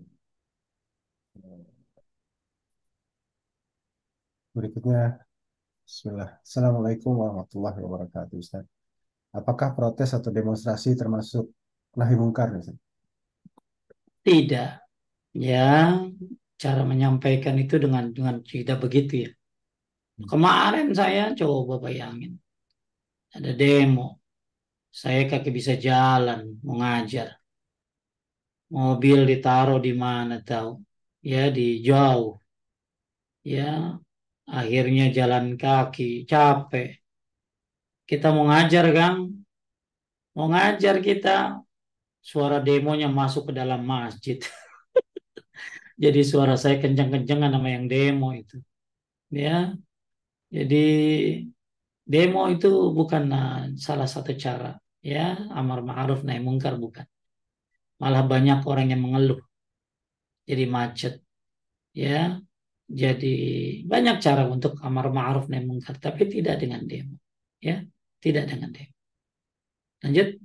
Speaker 2: Berikutnya, Bismillah. Assalamualaikum warahmatullahi wabarakatuh, Ustaz. Apakah protes atau demonstrasi termasuk nahi mungkar, Ustaz?
Speaker 1: Tidak. Ya, cara menyampaikan itu dengan dengan tidak begitu ya. Kemarin saya coba bayangin. Ada demo. Saya kaki bisa jalan, mau ngajar. Mobil ditaruh di mana tahu? Ya, di jauh. Ya, Akhirnya jalan kaki, capek. Kita mau ngajar, Kang. Mau ngajar kita, suara demonya masuk ke dalam masjid. Jadi suara saya kencang-kencangan sama yang demo itu. Ya, jadi demo itu bukan uh, salah satu cara. Ya, amar ma'ruf nahi mungkar bukan. Malah banyak orang yang mengeluh. Jadi macet. Ya, jadi banyak cara untuk amar ma'ruf nahi mungkar. Tapi tidak dengan demo. Ya, tidak dengan demo. Lanjut.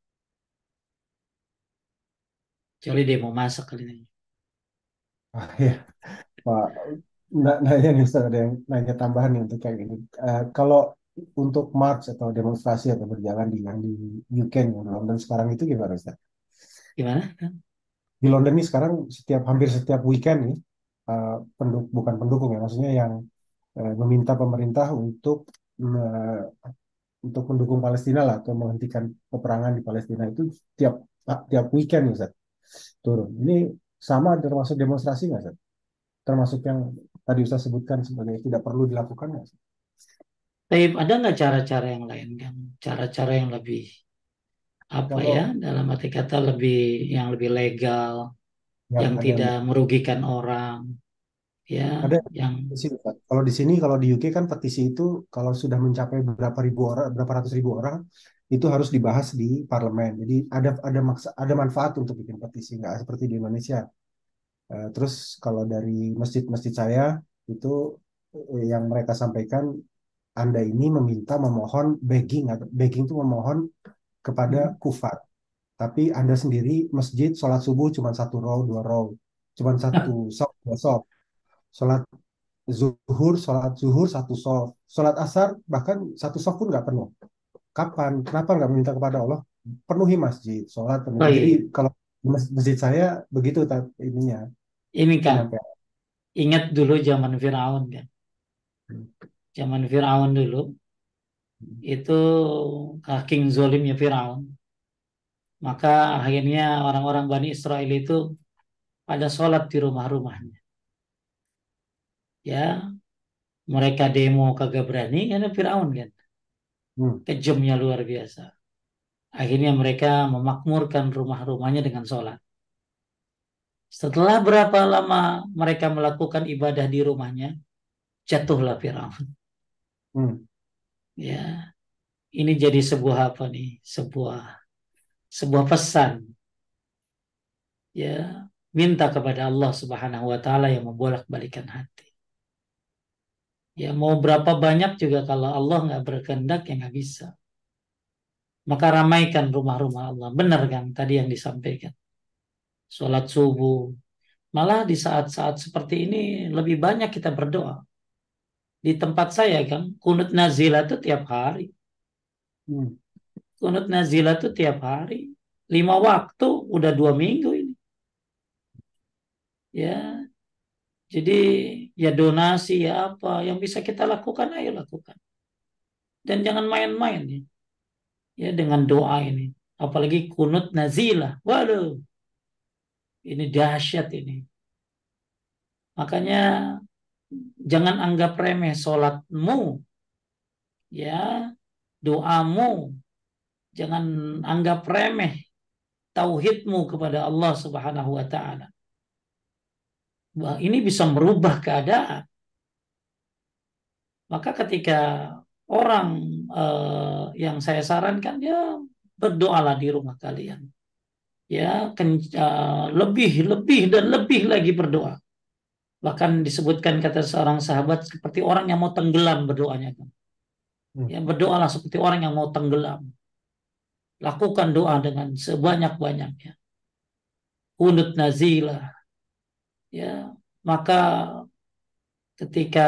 Speaker 1: Kecuali demo masak kali ini.
Speaker 2: Ah, ya, Pak. Nah, nanya nih Ustaz, ada yang nanya tambahan nih untuk kayak gini. Eh, kalau untuk march atau demonstrasi atau berjalan di yang di U K yang di London sekarang itu gimana Ustaz?
Speaker 1: Gimana?
Speaker 2: Di London nih sekarang setiap hampir setiap weekend nih eh, penduk, bukan pendukung ya, maksudnya yang eh, meminta pemerintah untuk eh, untuk mendukung Palestina lah atau menghentikan peperangan di Palestina itu tiap tiap weekend nih Ustaz turun. Ini sama termasuk demonstrasi nggak Ustaz? Termasuk yang tadi Ustaz sebutkan sebagai tidak perlu dilakukan nggak Ustaz?
Speaker 1: Tapi ada nggak cara-cara yang lain kan? Cara-cara yang lebih apa ya?
Speaker 2: Kalau
Speaker 1: Dalam arti kata lebih yang lebih legal,
Speaker 2: yang
Speaker 1: yang
Speaker 2: ada
Speaker 1: tidak merugikan orang, ya,
Speaker 2: ada
Speaker 1: yang
Speaker 2: di sini, Pak. Kalau di sini kalau di U K kan petisi itu kalau sudah mencapai berapa ribu orang, berapa ratus ribu orang itu harus dibahas di parlemen. Jadi ada ada maksa, ada manfaat untuk bikin petisi nggak seperti di Indonesia. Eh, terus kalau dari masjid-masjid saya itu eh, yang mereka sampaikan Anda ini meminta memohon begging atau begging itu memohon kepada
Speaker 1: hmm,
Speaker 2: kufar. Tapi Anda sendiri masjid sholat subuh cuma satu row, dua row, cuma satu sof, dua sof. Sholat zuhur, sholat zuhur satu soft, sholat asar bahkan satu soft pun nggak penuh. Kapan? Kenapa nggak meminta kepada Allah? Penuhi masjid, sholat penuh.
Speaker 1: oh
Speaker 2: Jadi
Speaker 1: iya,
Speaker 2: kalau di mas- masjid saya begitu ta- ininya
Speaker 1: ini kan
Speaker 2: penyampaian.
Speaker 1: ingat dulu zaman Firaun kan, zaman Firaun dulu itu king zolimnya Firaun, maka akhirnya orang-orang Bani Israel itu pada sholat di rumah-rumahnya, ya mereka demo kagak berani karena Firaun kan,
Speaker 2: Hmm.
Speaker 1: kejamnya luar biasa. Akhirnya mereka memakmurkan rumah-rumahnya dengan sholat. Setelah berapa lama mereka melakukan ibadah di rumahnya, jatuhlah Firaun.
Speaker 2: Hmm.
Speaker 1: Ya, ini jadi sebuah apa nih? Sebuah sebuah pesan. Ya, minta kepada Allah Subhanahu Wa Taala yang membolak-balikan hati. Ya, mau berapa banyak juga kalau Allah nggak berkehendak ya nggak bisa. Maka ramaikan rumah-rumah Allah. Benar kan tadi yang disampaikan. Sholat subuh. Malah di saat-saat seperti ini lebih banyak kita berdoa. Di tempat saya kan, kunut nazilah itu tiap hari.
Speaker 2: Hmm.
Speaker 1: Kunut nazilah itu tiap hari. Lima waktu, udah dua minggu ini. Ya, jadi ya donasi ya apa yang bisa kita lakukan, ayo lakukan. Dan jangan main-main ya, ya dengan doa ini. Apalagi kunut nazilah. Waduh, ini dahsyat ini. Makanya jangan anggap remeh sholatmu, ya, doamu. Jangan anggap remeh tauhidmu kepada Allah Subhanahu wa taala. Wah, ini bisa merubah keadaan. Maka ketika orang eh, yang saya sarankan ya berdoalah di rumah kalian. Ya, ken- eh, lebih lebih dan lebih lagi berdoa. Bahkan disebutkan kata seorang sahabat seperti orang yang mau tenggelam berdoanya kan.
Speaker 2: Hmm.
Speaker 1: Ya, berdoalah seperti orang yang mau tenggelam. Lakukan doa dengan sebanyak-banyaknya. Kunut nazilah ya. Maka ketika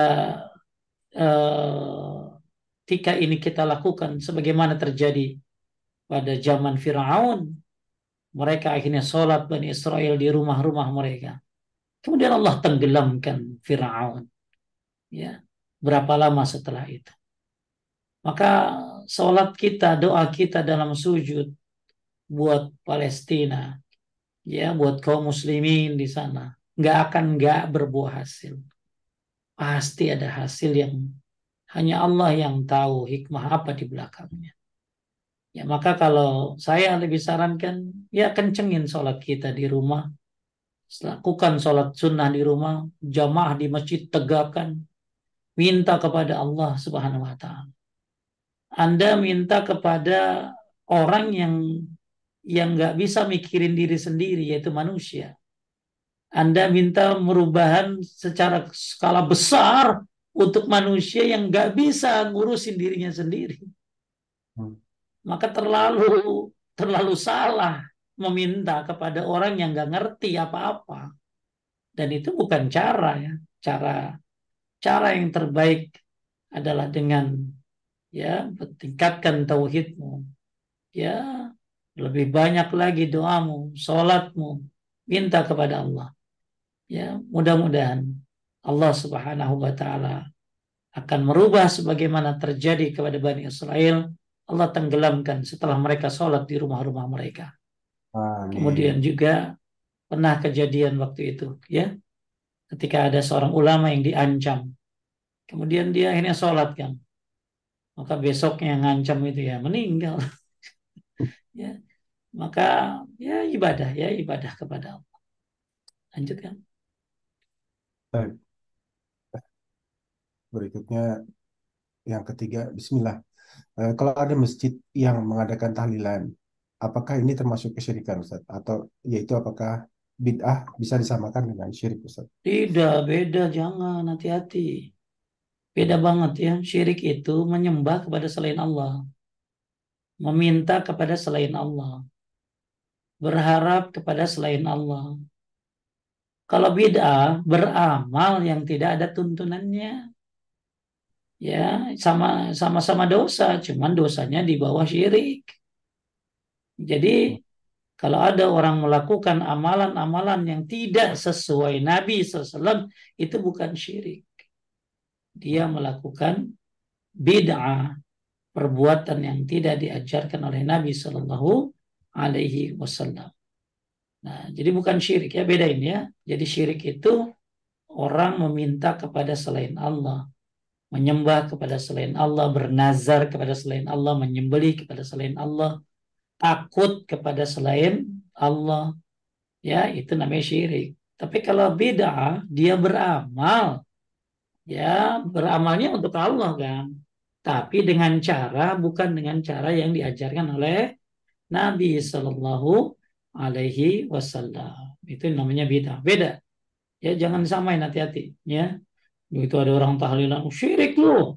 Speaker 1: eh, ketika ini kita lakukan sebagaimana terjadi pada zaman Firaun, mereka akhirnya sholat Bani Israel di rumah-rumah mereka. Kemudian Allah tenggelamkan Firaun. Ya, berapa lama setelah itu? Maka sholat kita, doa kita dalam sujud buat Palestina, ya, buat kaum muslimin di sana, nggak akan nggak berbuah hasil. pasti ada hasil yang hanya Allah yang tahu hikmah apa di belakangnya. Ya, maka kalau saya lebih sarankan, ya kencengin sholat kita di rumah. Lakukan sholat sunnah di rumah, jamaah di masjid tegakkan, minta kepada Allah Subhanahu wa Ta'ala. Anda minta kepada orang yang yang nggak bisa mikirin diri sendiri, yaitu manusia. Anda minta merubahan secara skala besar untuk manusia yang nggak bisa ngurusin dirinya sendiri.
Speaker 2: Hmm.
Speaker 1: Maka terlalu terlalu salah meminta kepada orang yang nggak ngerti apa-apa. Dan itu bukan cara ya. Cara cara yang terbaik adalah dengan ya tingkatkan tauhidmu. Ya, lebih banyak lagi doamu, sholatmu, minta kepada Allah. Ya, mudah-mudahan Allah Subhanahu wa taala akan merubah sebagaimana terjadi kepada Bani Israel. Allah tenggelamkan setelah mereka sholat di rumah-rumah mereka. Kemudian
Speaker 2: Amin.
Speaker 1: juga pernah kejadian waktu itu, ya, ketika ada seorang ulama yang diancam. Kemudian dia akhirnya sholat kan. Maka besoknya yang ngancam itu ya meninggal. Ya, maka ya ibadah ya ibadah kepada Allah. Lanjutkan.
Speaker 2: Baik. Berikutnya yang ketiga, Bismillah. Eh, kalau ada masjid yang mengadakan tahlilan, apakah ini termasuk kesyirikan, Ustaz? Atau yaitu apakah bid'ah bisa disamakan dengan syirik, Ustaz?
Speaker 1: Tidak, beda, jangan, hati-hati. Beda banget ya. Syirik itu menyembah kepada selain Allah, meminta kepada selain Allah, berharap kepada selain Allah. Kalau bid'ah, beramal yang tidak ada tuntunannya. Ya, sama sama-sama dosa, cuman dosanya di bawah syirik. Jadi kalau ada orang melakukan amalan-amalan yang tidak sesuai Nabi shallallahu alaihi wasallam, itu bukan syirik. Dia melakukan bid'ah, perbuatan yang tidak diajarkan oleh Nabi Shallallahu Alaihi Wasallam. Nah, jadi bukan syirik ya, bedain ya. Jadi syirik itu orang meminta kepada selain Allah, menyembah kepada selain Allah, bernazar kepada selain Allah, menyembelih kepada selain Allah, takut kepada selain Allah, ya itu namanya syirik. Tapi kalau bid'ah, dia beramal, ya beramalnya untuk Allah kan. Tapi dengan cara bukan dengan cara yang diajarkan oleh Nabi Shallallahu Alaihi Wasallam. Itu namanya bid'ah. Beda. Ya jangan samain, hati-hati. Ya, itu ada orang tahlilan, "Oh, syirik lu."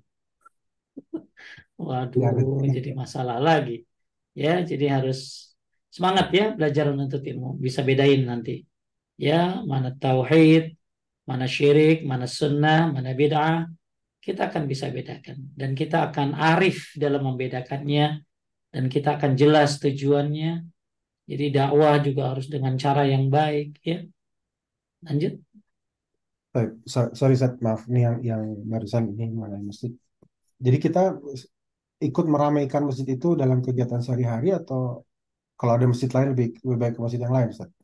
Speaker 2: Ya,
Speaker 1: Waduh, jadi masalah lagi. Ya, jadi harus semangat ya belajar menuntut ilmu. Bisa bedain nanti. Ya, mana tauhid, mana syirik, mana sunnah, mana bid'ah. Kita akan bisa bedakan. Dan kita akan arif dalam membedakannya. Dan kita akan jelas tujuannya. Jadi dakwah juga harus dengan cara yang baik, ya. Lanjut.
Speaker 2: baik. So- sorry, Ustaz, maaf ini yang yang barusan ini mengenai masjid. Jadi kita ikut meramaikan masjid itu dalam kegiatan sehari-hari atau kalau ada masjid lain lebih lebih baik ke masjid yang lain, Ustaz?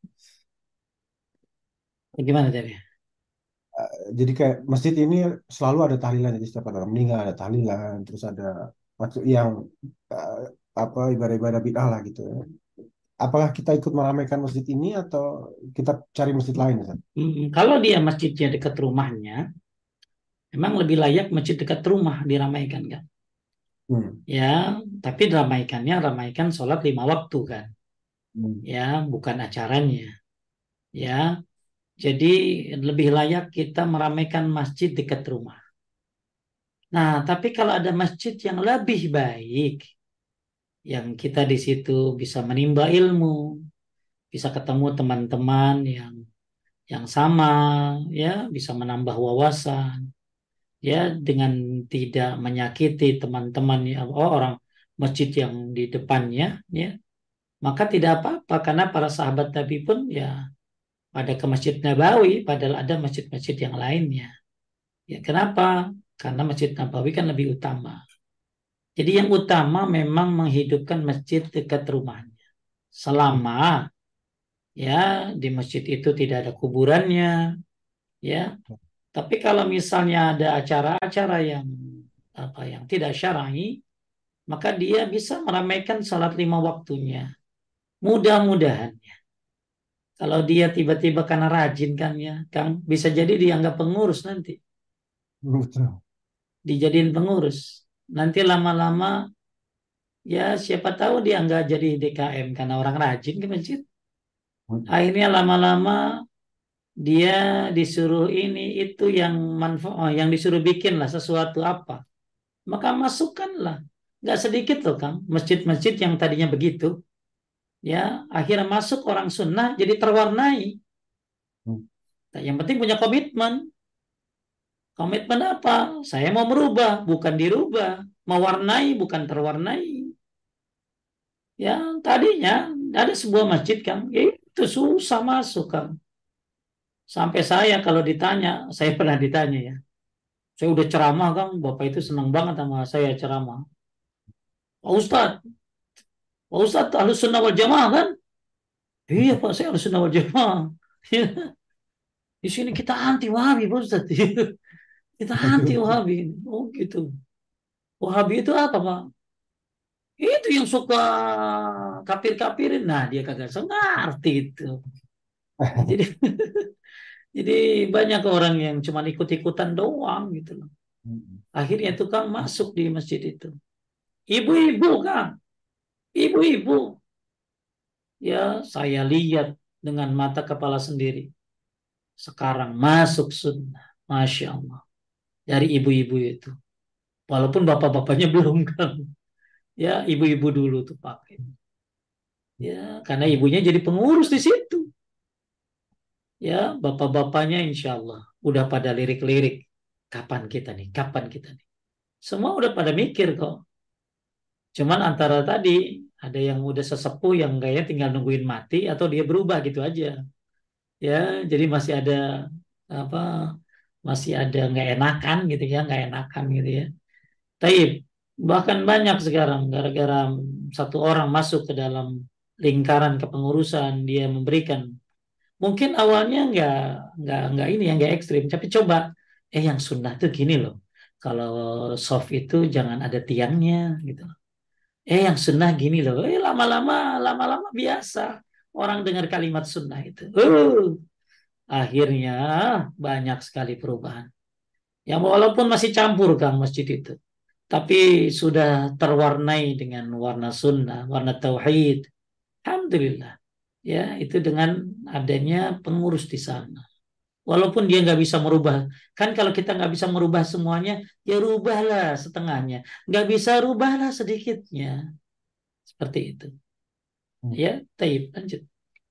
Speaker 1: Gimana tadi?
Speaker 2: Jadi kayak masjid ini selalu ada tahlilan, jadi setiap ada orang meninggal ada tahlilan, terus ada maksud yang eh, apa ibadah-ibadah bid'ah lah gitu. Apakah kita ikut meramaikan masjid ini atau kita cari masjid lain, Ustaz?
Speaker 1: Hmm, kalau dia masjidnya dekat rumahnya, memang lebih layak masjid dekat rumah diramaikan kan?
Speaker 2: Hmm.
Speaker 1: Ya, tapi ramaikannya ramaikan sholat lima waktu kan?
Speaker 2: Hmm.
Speaker 1: Ya, bukan acaranya. Ya, jadi lebih layak kita meramaikan masjid dekat rumah. Nah, tapi kalau ada masjid yang lebih baik, yang kita di situ bisa menimba ilmu, bisa ketemu teman-teman yang yang sama, ya bisa menambah wawasan, ya dengan tidak menyakiti teman-teman ya oh, orang masjid yang di depannya, ya maka tidak apa-apa karena para sahabat Nabi pun ya pada ke Masjid Nabawi, padahal ada masjid-masjid yang lainnya. Ya kenapa? Karena Masjid Nabawi kan lebih utama. Jadi yang utama memang menghidupkan masjid dekat rumahnya. Selama ya di masjid itu tidak ada kuburannya, ya Tapi kalau misalnya ada acara-acara yang apa yang tidak syar'i, maka dia bisa meramaikan salat lima waktunya. Mudah-mudahan. Kalau dia tiba-tiba karena rajin kan ya, kan bisa jadi dianggap pengurus nanti,
Speaker 2: Betul.
Speaker 1: dijadiin pengurus. Nanti lama-lama ya siapa tahu dia nggak jadi D K M karena orang rajin ke masjid. Akhirnya lama-lama dia disuruh ini itu yang manfaat, yang disuruh bikin lah sesuatu apa. Maka masukkanlah. Nggak sedikit loh Kang, masjid-masjid yang tadinya begitu, ya akhirnya masuk orang sunnah jadi terwarnai. Nah, yang penting punya komitmen. Komitmen apa? Saya mau merubah, bukan dirubah. Mewarnai, bukan terwarnai. Ya, tadinya ada sebuah masjid kan, ya itu susah masuk kan. Sampai saya kalau ditanya, saya pernah ditanya ya. Saya udah ceramah kan, Bapak itu senang banget sama saya ceramah. Pak Ustadz, Pak Ustadz Ahlus Sunnah wal Jamaah kan? Iya Pak, saya Ahlus Sunnah wal Jamaah. Di sini kita anti Wahabi Pak Ustadz. Kita anti Wahabi. Oh gitu. Wahabi itu apa Pak? Itu yang suka kafir-kafirin. Nah, dia kagak ngerti itu. Jadi jadi banyak orang yang cuma ikut-ikutan doang gitu loh. Akhirnya tukang masuk di masjid itu. Ibu-ibu Kang, ibu-ibu. Ya, saya lihat dengan mata kepala sendiri. Sekarang masuk sunnah. Masya Allah. Dari ibu-ibu itu. Walaupun bapak-bapaknya belum kan. Ya, ibu-ibu dulu tuh pakai. Ya, karena ibunya jadi pengurus di situ. Ya, bapak-bapaknya insya Allah udah pada lirik-lirik. Kapan kita nih? Kapan kita nih? Semua udah pada mikir kok. Cuman antara tadi ada yang udah sesepuh yang kayaknya tinggal nungguin mati atau dia berubah gitu aja. Ya, jadi masih ada apa? Masih ada nggak enakan gitu ya, nggak enakan gitu ya. Taib. Bahkan banyak sekarang gara-gara satu orang masuk ke dalam lingkaran kepengurusan dia memberikan. Mungkin awalnya nggak nggak nggak ini yang nggak ekstrim, tapi coba eh yang sunnah tuh gini loh. Kalau soft itu jangan ada tiangnya gitu. Eh yang sunnah gini loh. Eh lama-lama lama-lama biasa orang dengar kalimat sunnah itu. Uh, akhirnya banyak sekali perubahan. Ya walaupun masih campur Kang masjid itu, tapi sudah terwarnai dengan warna sunnah, warna tauhid. Alhamdulillah. Ya itu dengan adanya pengurus di sana. Walaupun dia nggak bisa merubah, kan kalau kita nggak bisa merubah semuanya, ya rubahlah setengahnya. Nggak bisa rubahlah sedikitnya. Seperti itu. Ya, taib, lanjut.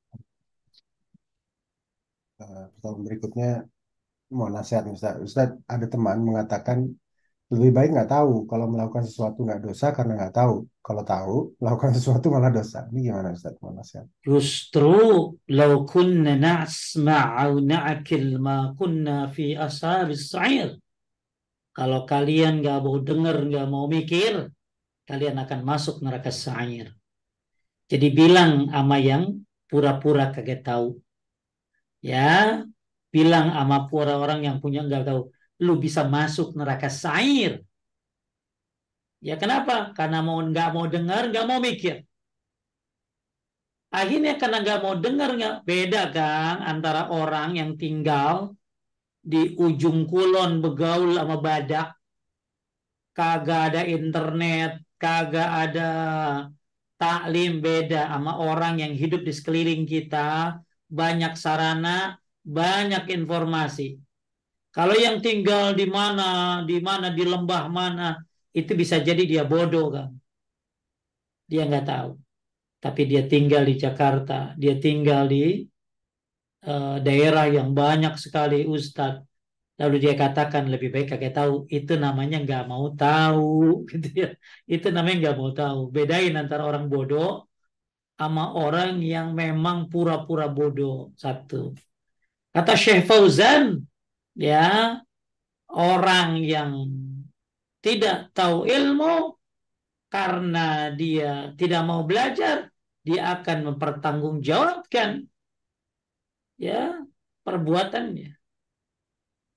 Speaker 2: Eh, pertanyaan berikutnya mau nasihat nih, Ustaz. Ustaz, ada teman mengatakan lebih baik nggak tahu kalau melakukan sesuatu nggak dosa karena nggak tahu. Kalau tahu melakukan sesuatu malah dosa. Ini gimana Ustaz? Mau nasihat?
Speaker 1: Justru, lau kunna nasma' au na'kil ma kunna fi ashabis sa'ir. Kalau kalian nggak mau dengar, nggak mau mikir, kalian akan masuk neraka sa'ir. Jadi bilang sama yang pura-pura kaget tahu. Ya, bilang sama pura orang yang punya nggak tahu. Lu bisa masuk neraka sa'ir. Ya kenapa? Karena mau nggak mau dengar, nggak mau mikir. Akhirnya karena nggak mau dengar, nggak beda kan antara orang yang tinggal di ujung kulon begaul sama badak, kagak ada internet, kagak ada taklim, beda sama orang yang hidup di sekeliling kita, banyak sarana, banyak informasi. Kalau yang tinggal di mana, di mana di lembah mana, itu bisa jadi dia bodoh kan. Dia nggak tahu. Tapi dia tinggal di Jakarta, dia tinggal di uh, daerah yang banyak sekali ustadz. Lalu dia katakan lebih baik kagak tahu. Itu namanya nggak mau tahu, gitu ya. Itu namanya nggak mau tahu. Bedain antara orang bodoh sama orang yang memang pura-pura bodoh. Satu. Kata Syekh Fauzan, ya orang yang tidak tahu ilmu karena dia tidak mau belajar, dia akan mempertanggungjawabkan ya perbuatannya.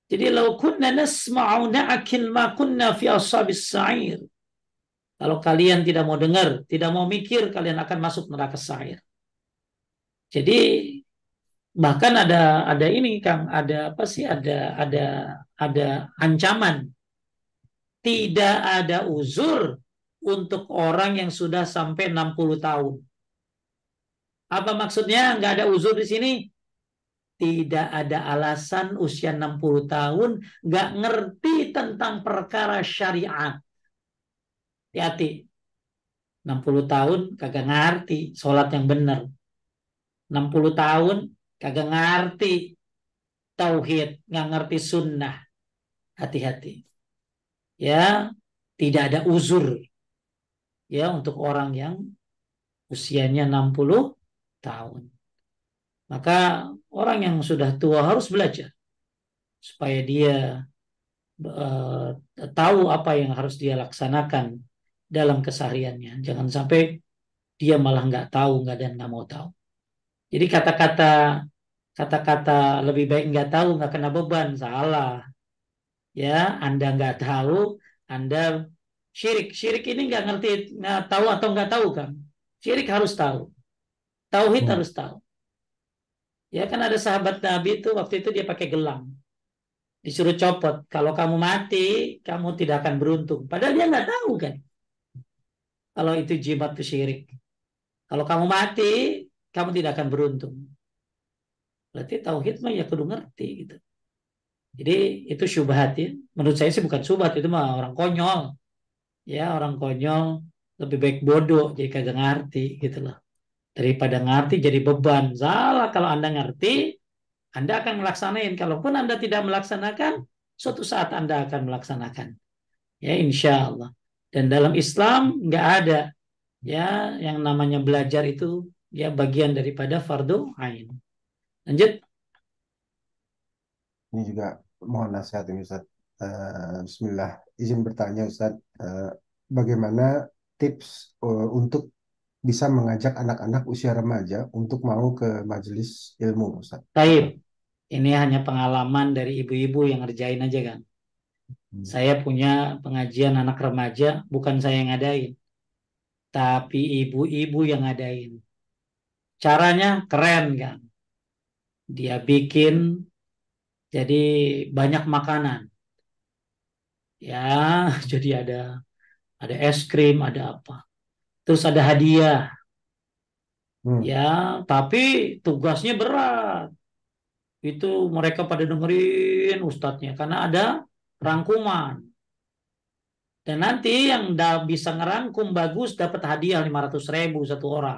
Speaker 1: Jadi lau kunna nasma'u na'akil ma kunna fi ashabis sa'ir. Kalau kalian tidak mau dengar, tidak mau mikir, kalian akan masuk neraka sa'ir. Jadi bahkan ada ada ini Kang, ada apa sih? Ada ada ada ancaman. Tidak ada uzur untuk orang yang sudah sampai enam puluh tahun. Apa maksudnya? Nggak ada uzur di sini. Tidak ada alasan usia enam puluh tahun nggak ngerti tentang perkara syariat. Hati-hati. enam puluh tahun kagak ngerti sholat yang benar. enam puluh tahun kagak ngerti tauhid, nggak ngerti sunnah. Hati-hati. Ya, tidak ada uzur ya untuk orang yang usianya enam puluh tahun. Maka orang yang sudah tua harus belajar supaya dia uh, tahu apa yang harus dia laksanakan dalam kesehariannya. Jangan sampai dia malah nggak tahu, nggak dan nggak mau tahu. Jadi kata-kata kata-kata lebih baik nggak tahu, nggak kena beban, salah. Ya, Anda nggak tahu, Anda syirik. Syirik ini nggak ngerti, nggak tahu atau nggak tahu kan? Syirik harus tahu, tauhid
Speaker 2: Hmm.
Speaker 1: harus tahu. Ya kan ada sahabat Nabi itu waktu itu dia pakai gelang, disuruh copot. Kalau kamu mati, kamu tidak akan beruntung. Padahal dia nggak tahu kan, kalau itu jimat itu syirik. Kalau kamu mati, kamu tidak akan beruntung. Berarti tauhid mah ya kudu ngerti gitu. Jadi itu syubhat ya. Menurut saya sih bukan syubhat, itu mah orang konyol. Ya orang konyol lebih baik bodoh jadi kagak ngerti gitu loh. Daripada ngerti jadi beban. Salah kalau Anda ngerti, Anda akan melaksanakan. Kalaupun Anda tidak melaksanakan, suatu saat Anda akan melaksanakan. Ya insya Allah. Dan dalam Islam nggak ada ya yang namanya belajar itu ya bagian daripada fardu ain. Lanjut.
Speaker 2: Ini juga mohon nasihat ini Ustaz. Eh, Bismillah, izin bertanya Ustaz, eh, bagaimana tips eh, untuk bisa mengajak anak-anak usia remaja untuk mau ke majelis ilmu Ustaz?
Speaker 1: Taib. Ini hanya pengalaman dari ibu-ibu yang ngerjain aja kan.
Speaker 2: Hmm.
Speaker 1: Saya punya pengajian anak remaja, bukan saya yang ngadain, tapi ibu-ibu yang ngadain. Caranya keren kan. Dia bikin jadi banyak makanan. Ya, jadi ada ada es krim, ada apa. Terus ada hadiah.
Speaker 2: Hmm.
Speaker 1: Ya, tapi tugasnya berat. Itu mereka pada dengerin ustadznya karena ada rangkuman. Dan nanti yang udah bisa ngerangkum bagus dapat hadiah lima ratus ribu satu orang.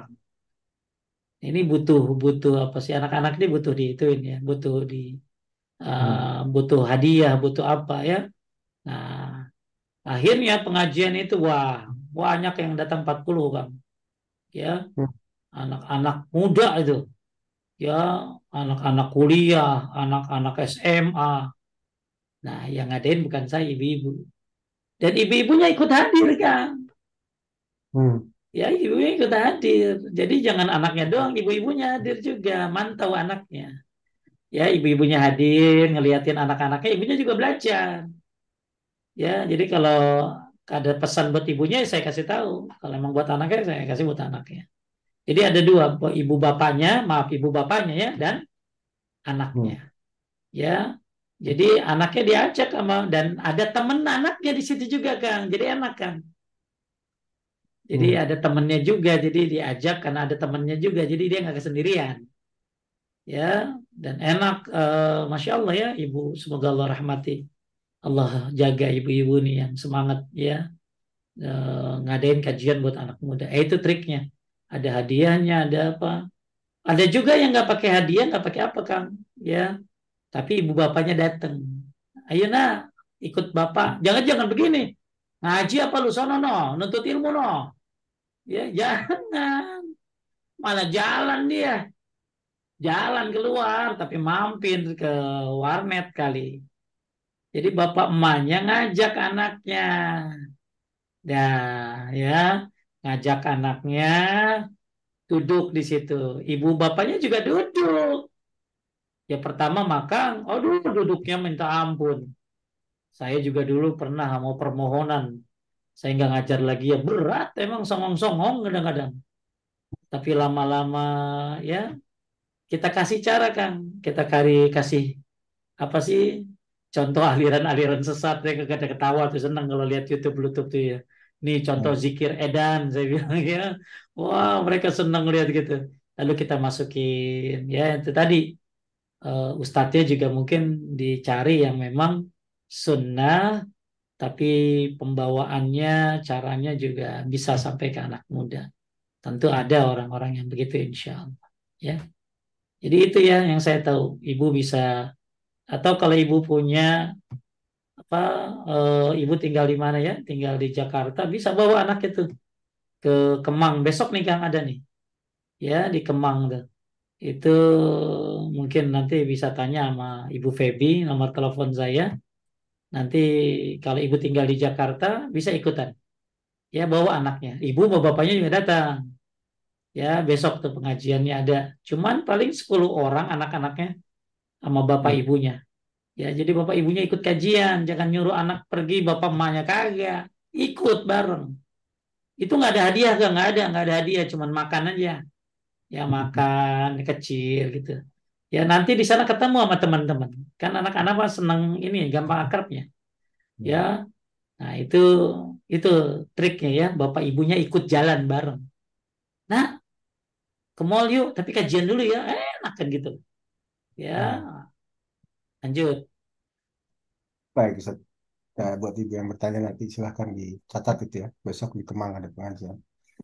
Speaker 1: Ini butuh butuh apa sih anak-anak ini butuh di ituin ya, butuh di
Speaker 2: Hmm.
Speaker 1: uh, butuh hadiah, butuh apa ya. Nah, akhirnya pengajian itu wah, banyak yang datang empat puluh Bang. Ya,
Speaker 2: Hmm.
Speaker 1: anak-anak muda itu. Ya, anak-anak kuliah, anak-anak S M A. Nah, yang ngadain bukan saya, ibu-ibu. Dan ibu-ibunya ikut hadir, Kang.
Speaker 2: Hmm.
Speaker 1: Ya, ibunya ikut hadir. Jadi jangan anaknya doang, ibu-ibunya hadir juga, mantau anaknya. Ya, ibu-ibunya hadir, ngeliatin anak-anaknya, ibunya juga belajar. Ya, jadi kalau ada pesan buat ibunya, saya kasih tahu. Kalau emang buat anaknya, saya kasih buat anaknya. Jadi ada dua, ibu bapaknya, maaf ibu bapaknya ya, dan anaknya.
Speaker 2: Hmm.
Speaker 1: Ya, jadi anaknya diajak sama dan ada temen anaknya di situ juga, Kang. Jadi enak kan. Jadi
Speaker 2: Hmm.
Speaker 1: ada temennya juga, jadi diajak karena ada temennya juga, jadi dia nggak kesendirian. Ya, dan enak, eh, masya Allah ya, ibu. Semoga Allah rahmati, Allah jaga ibu-ibu nih yang semangat ya, eh, ngadain kajian buat anak muda. Eh, itu triknya. Ada hadiahnya, ada apa? Ada juga yang nggak pakai hadiah, nggak pakai apa, Kang. Ya, tapi ibu bapaknya datang. Ayo nak, ikut bapak. Jangan-jangan begini. Ngaji apa lu sono no, nuntut ilmu no. Ya, jangan. Malah jalan dia. Jalan keluar, tapi mampir ke warnet kali. Jadi bapak emaknya ngajak anaknya. Dah, ya. Ngajak anaknya duduk di situ. Ibu bapaknya juga duduk. Ya pertama makan, aduh duduknya minta ampun. Saya juga dulu pernah mau permohonan, saya nggak ngajar lagi ya berat, emang songong-songong kadang-kadang. Tapi lama-lama ya kita kasih cara Kang, kita kari kasih apa sih contoh aliran-aliran sesat, saya kagak ada ketawa tuh, seneng kalau lihat YouTube YouTube tuh ya. Nih contoh
Speaker 2: Hmm.
Speaker 1: zikir edan saya bilang ya. Wah, mereka seneng lihat gitu. Lalu kita masukin ya itu tadi, eh, ustadznya juga mungkin dicari yang memang sunnah tapi pembawaannya caranya juga bisa sampai ke anak muda. Tentu ada orang-orang yang begitu insya Allah. Ya. Jadi itu ya yang saya tahu. Ibu bisa, atau kalau ibu punya apa, eh, ibu tinggal di mana ya? Tinggal di Jakarta, bisa bawa anak itu ke Kemang. Besok nih Kang ada nih. Ya di Kemang tuh. Itu mungkin nanti bisa tanya sama Ibu Feby, nomor telepon saya. Nanti kalau ibu tinggal di Jakarta bisa ikutan. Ya bawa anaknya. Ibu bawa bapaknya juga datang. Ya besok tuh pengajiannya ada. Cuman paling sepuluh orang anak-anaknya sama bapak
Speaker 2: Hmm.
Speaker 1: ibunya. Ya, jadi bapak ibunya ikut kajian, jangan nyuruh anak pergi, bapak emaknya kagak. Ikut bareng. Itu nggak ada hadiah, kan? Nggak ada, nggak ada hadiah, cuman makan aja. Ya makan kecil gitu. Ya nanti di sana ketemu sama teman-teman. Kan anak-anak mah seneng ini, gampang akrabnya. Ya, nah itu itu triknya ya. Bapak ibunya ikut jalan bareng. Nah, ke mall yuk, tapi kajian dulu ya. Enak kan gitu. Ya,
Speaker 2: Hmm.
Speaker 1: lanjut.
Speaker 2: Baik, Ustaz. Nah, buat ibu yang bertanya nanti silahkan dicatat itu ya. Besok di Kemang ada pengajian.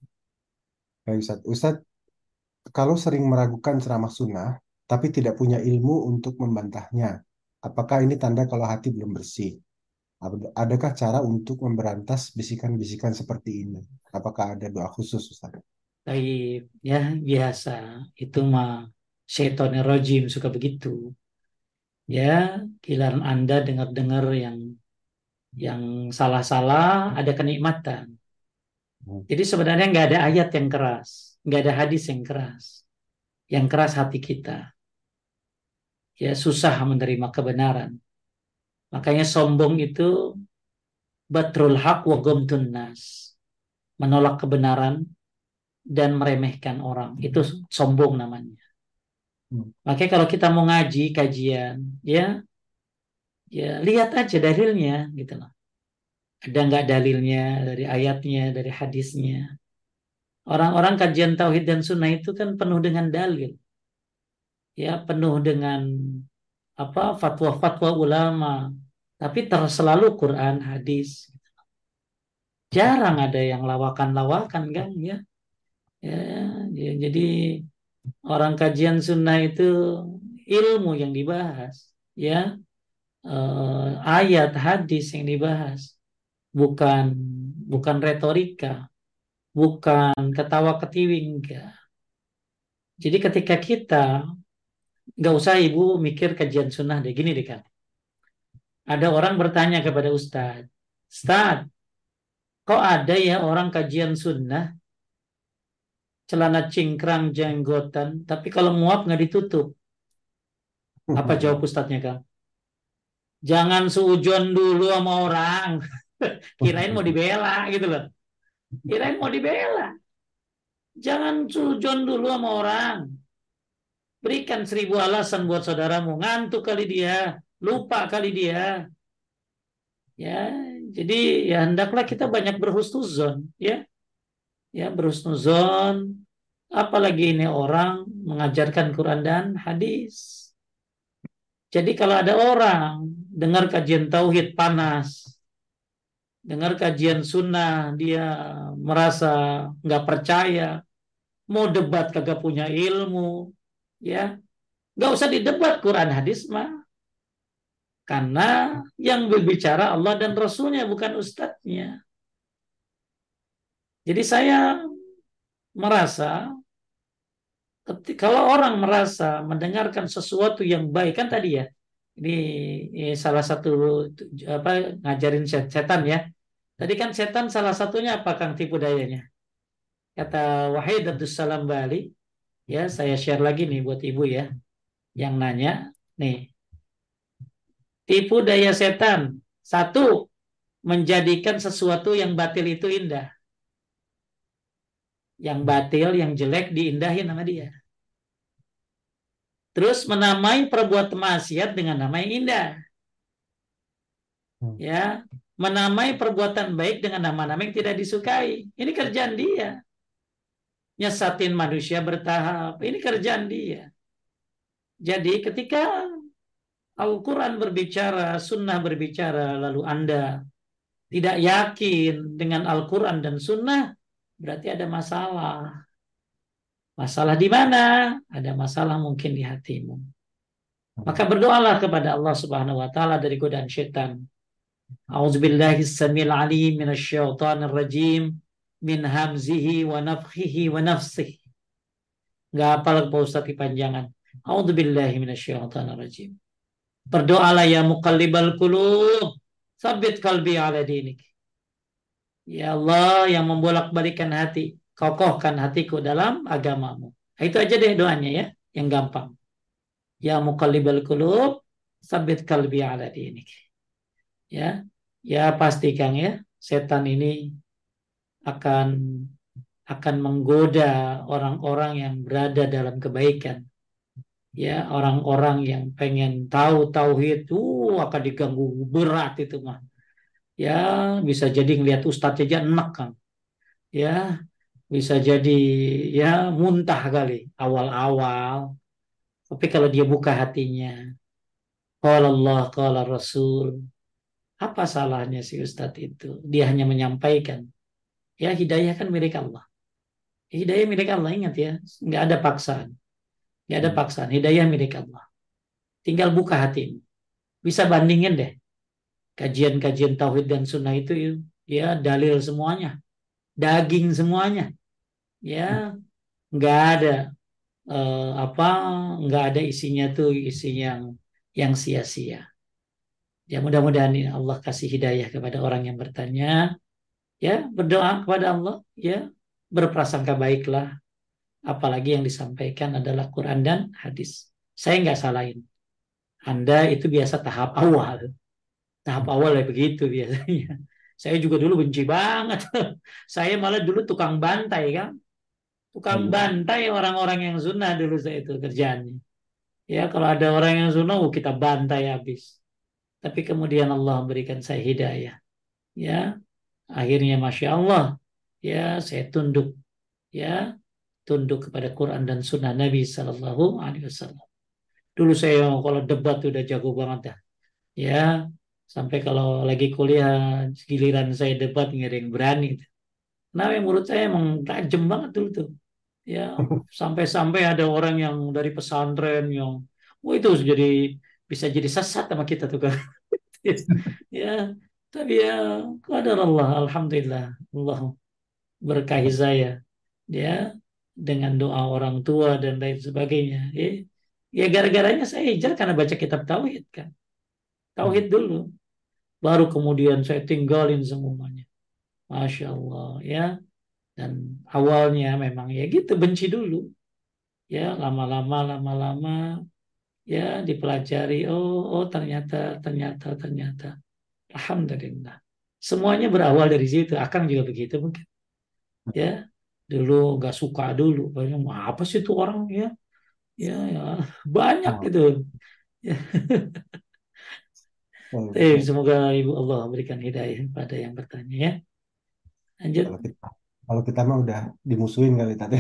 Speaker 2: Baik, Ustaz. Ustaz, kalau sering meragukan ceramah sunnah, tapi tidak punya ilmu untuk membantahnya, apakah ini tanda kalau hati belum bersih? Ad- Adakah cara untuk memberantas bisikan-bisikan seperti ini? Apakah ada doa khusus, Ustaz?
Speaker 1: Taib, ya biasa. Itu mah syaitonir rajim suka begitu. Ya, giliran Anda dengar-dengar yang yang salah-salah ada kenikmatan.
Speaker 2: Hmm.
Speaker 1: Jadi sebenarnya nggak ada ayat yang keras, nggak ada hadis yang keras. Yang keras hati kita. Ya susah menerima kebenaran. Makanya sombong itu batrul haq wa ghamtun nas. Menolak kebenaran dan meremehkan orang. Itu sombong namanya.
Speaker 2: Hmm.
Speaker 1: Makanya kalau kita mau ngaji, kajian, ya ya lihat aja dalilnya gitu loh. Ada nggak dalilnya dari ayatnya, dari hadisnya. Orang-orang kajian tauhid dan sunnah itu kan penuh dengan dalil, ya penuh dengan apa fatwa-fatwa ulama, tapi terselalu Quran, hadis. Jarang ada yang lawakan-lawakan kan ya. Ya, ya, jadi orang kajian sunnah itu ilmu yang dibahas, ya eh, ayat hadis yang dibahas, bukan bukan retorika, bukan ketawa ketiwi enggak. Jadi ketika kita nggak usah ibu mikir kajian sunnah deh gini deh kan. Ada orang bertanya kepada Ustadz, Ustadz, kok ada ya orang kajian sunnah celana cingkrang jenggotan, tapi kalau muap nggak ditutup. Apa jawab Ustadznya Kang? Jangan suujon dulu sama orang. Kirain mau dibela gitu loh. Kirain mau dibela. Jangan suujon dulu sama orang. Berikan seribu alasan buat saudaramu. Ngantuk kali dia. Lupa kali dia. Ya, jadi ya hendaklah kita banyak berhusnuzon. Ya, ya berhusnuzon. Apalagi ini orang mengajarkan Quran dan hadis. Jadi kalau ada orang dengar kajian tauhid panas, dengar kajian sunnah dia merasa nggak percaya, mau debat kagak punya ilmu, ya nggak usah didebat Quran hadis mah, karena yang berbicara Allah dan Rasulnya bukan ustadznya. Jadi saya merasa ketika, kalau orang merasa mendengarkan sesuatu yang baik kan tadi ya, ini, ini salah satu apa ngajarin set- setan ya. Tadi kan setan salah satunya apa Kang tipu dayanya? Kata Wahid Abdus Salam Bali, ya saya share lagi nih buat ibu ya. Yang nanya, nih, tipu daya setan. Satu, menjadikan sesuatu yang batil itu indah. Yang batil, yang jelek diindahin sama dia. Terus menamai perbuatan maksiat dengan nama yang indah.
Speaker 2: Hmm.
Speaker 1: Ya, menamai perbuatan baik dengan nama-nama yang tidak disukai. Ini kerjaan dia. Nyesatin manusia bertahap. Ini kerjaan dia. Jadi ketika Al-Quran berbicara, Sunnah berbicara, lalu Anda tidak yakin dengan Al-Quran dan Sunnah, berarti ada masalah. Masalah di mana? Ada masalah mungkin di hatimu. Maka berdoalah kepada Allah Subhanahu wa taala dari godaan syaitan. A'udzubillahi samil alim minasyaitonir rajim min hamzihi wa nafthihi wa nafsihi. Enggak hafal Pak Ustaz kepanjangan. A'udzubillahi minasyaitonir rajim. Berdoalah ya muqallibal qulub, sabit qalbi ala dinik. Ya Allah yang membolak-balikan hati, kokohkan hatiku dalam agamamu. Nah, itu aja deh doanya ya, yang gampang. Ya muqallibal qulub, sabit qalbi ala dinik. Ya, ya pasti Kang ya, setan ini akan akan menggoda orang-orang yang berada dalam kebaikan. Ya, orang-orang yang pengen tahu tauhid, uh, akan diganggu berat itu mah. Ya, bisa jadi ngelihat ustadz aja enak Kang. Ya, bisa jadi ya muntah kali awal-awal. Tapi kalau dia buka hatinya, qala Allah, qala Rasul, apa salahnya si ustadz itu? Dia hanya menyampaikan. Ya, hidayah kan milik Allah. Hidayah milik Allah, ingat ya. Nggak ada paksaan. Nggak ada paksaan. Hidayah milik Allah. Tinggal buka hatimu. Bisa bandingin deh. Kajian-kajian tauhid dan sunnah itu ya dalil semuanya. Daging semuanya. Ya, nggak ada eh, apa nggak ada isinya tuh isi yang yang sia-sia. Ya mudah-mudahan Allah kasih hidayah kepada orang yang bertanya, ya berdoa kepada Allah, ya berprasangka baiklah, apalagi yang disampaikan adalah Quran dan hadis. Saya nggak salahin. Anda itu biasa tahap awal, tahap awal ya begitu biasanya. Saya juga dulu benci banget. Saya malah dulu tukang bantai kan, tukang
Speaker 2: Hmm.
Speaker 1: bantai orang-orang yang sunnah dulu saya itu kerjaannya. Ya, kalau ada orang yang sunnah, oh, kita bantai habis. Tapi kemudian Allah berikan saya hidayah. Ya, akhirnya Masya Allah, ya saya tunduk. Ya, tunduk kepada Quran dan Sunnah Nabi Sallallahu Alaihi Wasallam. Dulu saya kalau debat udah jago banget dah. Ya, sampai kalau lagi kuliah giliran saya debat nggak ada yang berani. Nah, yang menurut saya emang tajam banget dulu tuh. Ya, sampai-sampai ada orang yang dari pesantren yang, oh itu jadi bisa jadi sesat sama kita tuh kan. Ya, tapi ya qadar Allah, alhamdulillah, Allah berkahi saya, ya dengan doa orang tua dan lain sebagainya. Ya, ya gara-garanya saya hijrah karena baca kitab tauhid kan, tauhid dulu, baru kemudian saya tinggalin semuanya. Masya Allah ya. Dan awalnya memang ya gitu benci dulu, ya lama-lama lama-lama ya dipelajari. Oh, oh ternyata ternyata ternyata. Alhamdulillah. Semuanya berawal dari situ. Akang juga begitu mungkin. Ya, dulu nggak suka dulu. Banyak apa sih itu orang ya? Ya, ya banyak
Speaker 2: Oh,
Speaker 1: gitu. Ya.
Speaker 2: baik,
Speaker 1: Eh,
Speaker 2: baik.
Speaker 1: semoga Ibu Allah berikan hidayah pada yang bertanya ya. Lanjut.
Speaker 2: Kalau kita kalau kita mah udah dimusuhin kali tadi.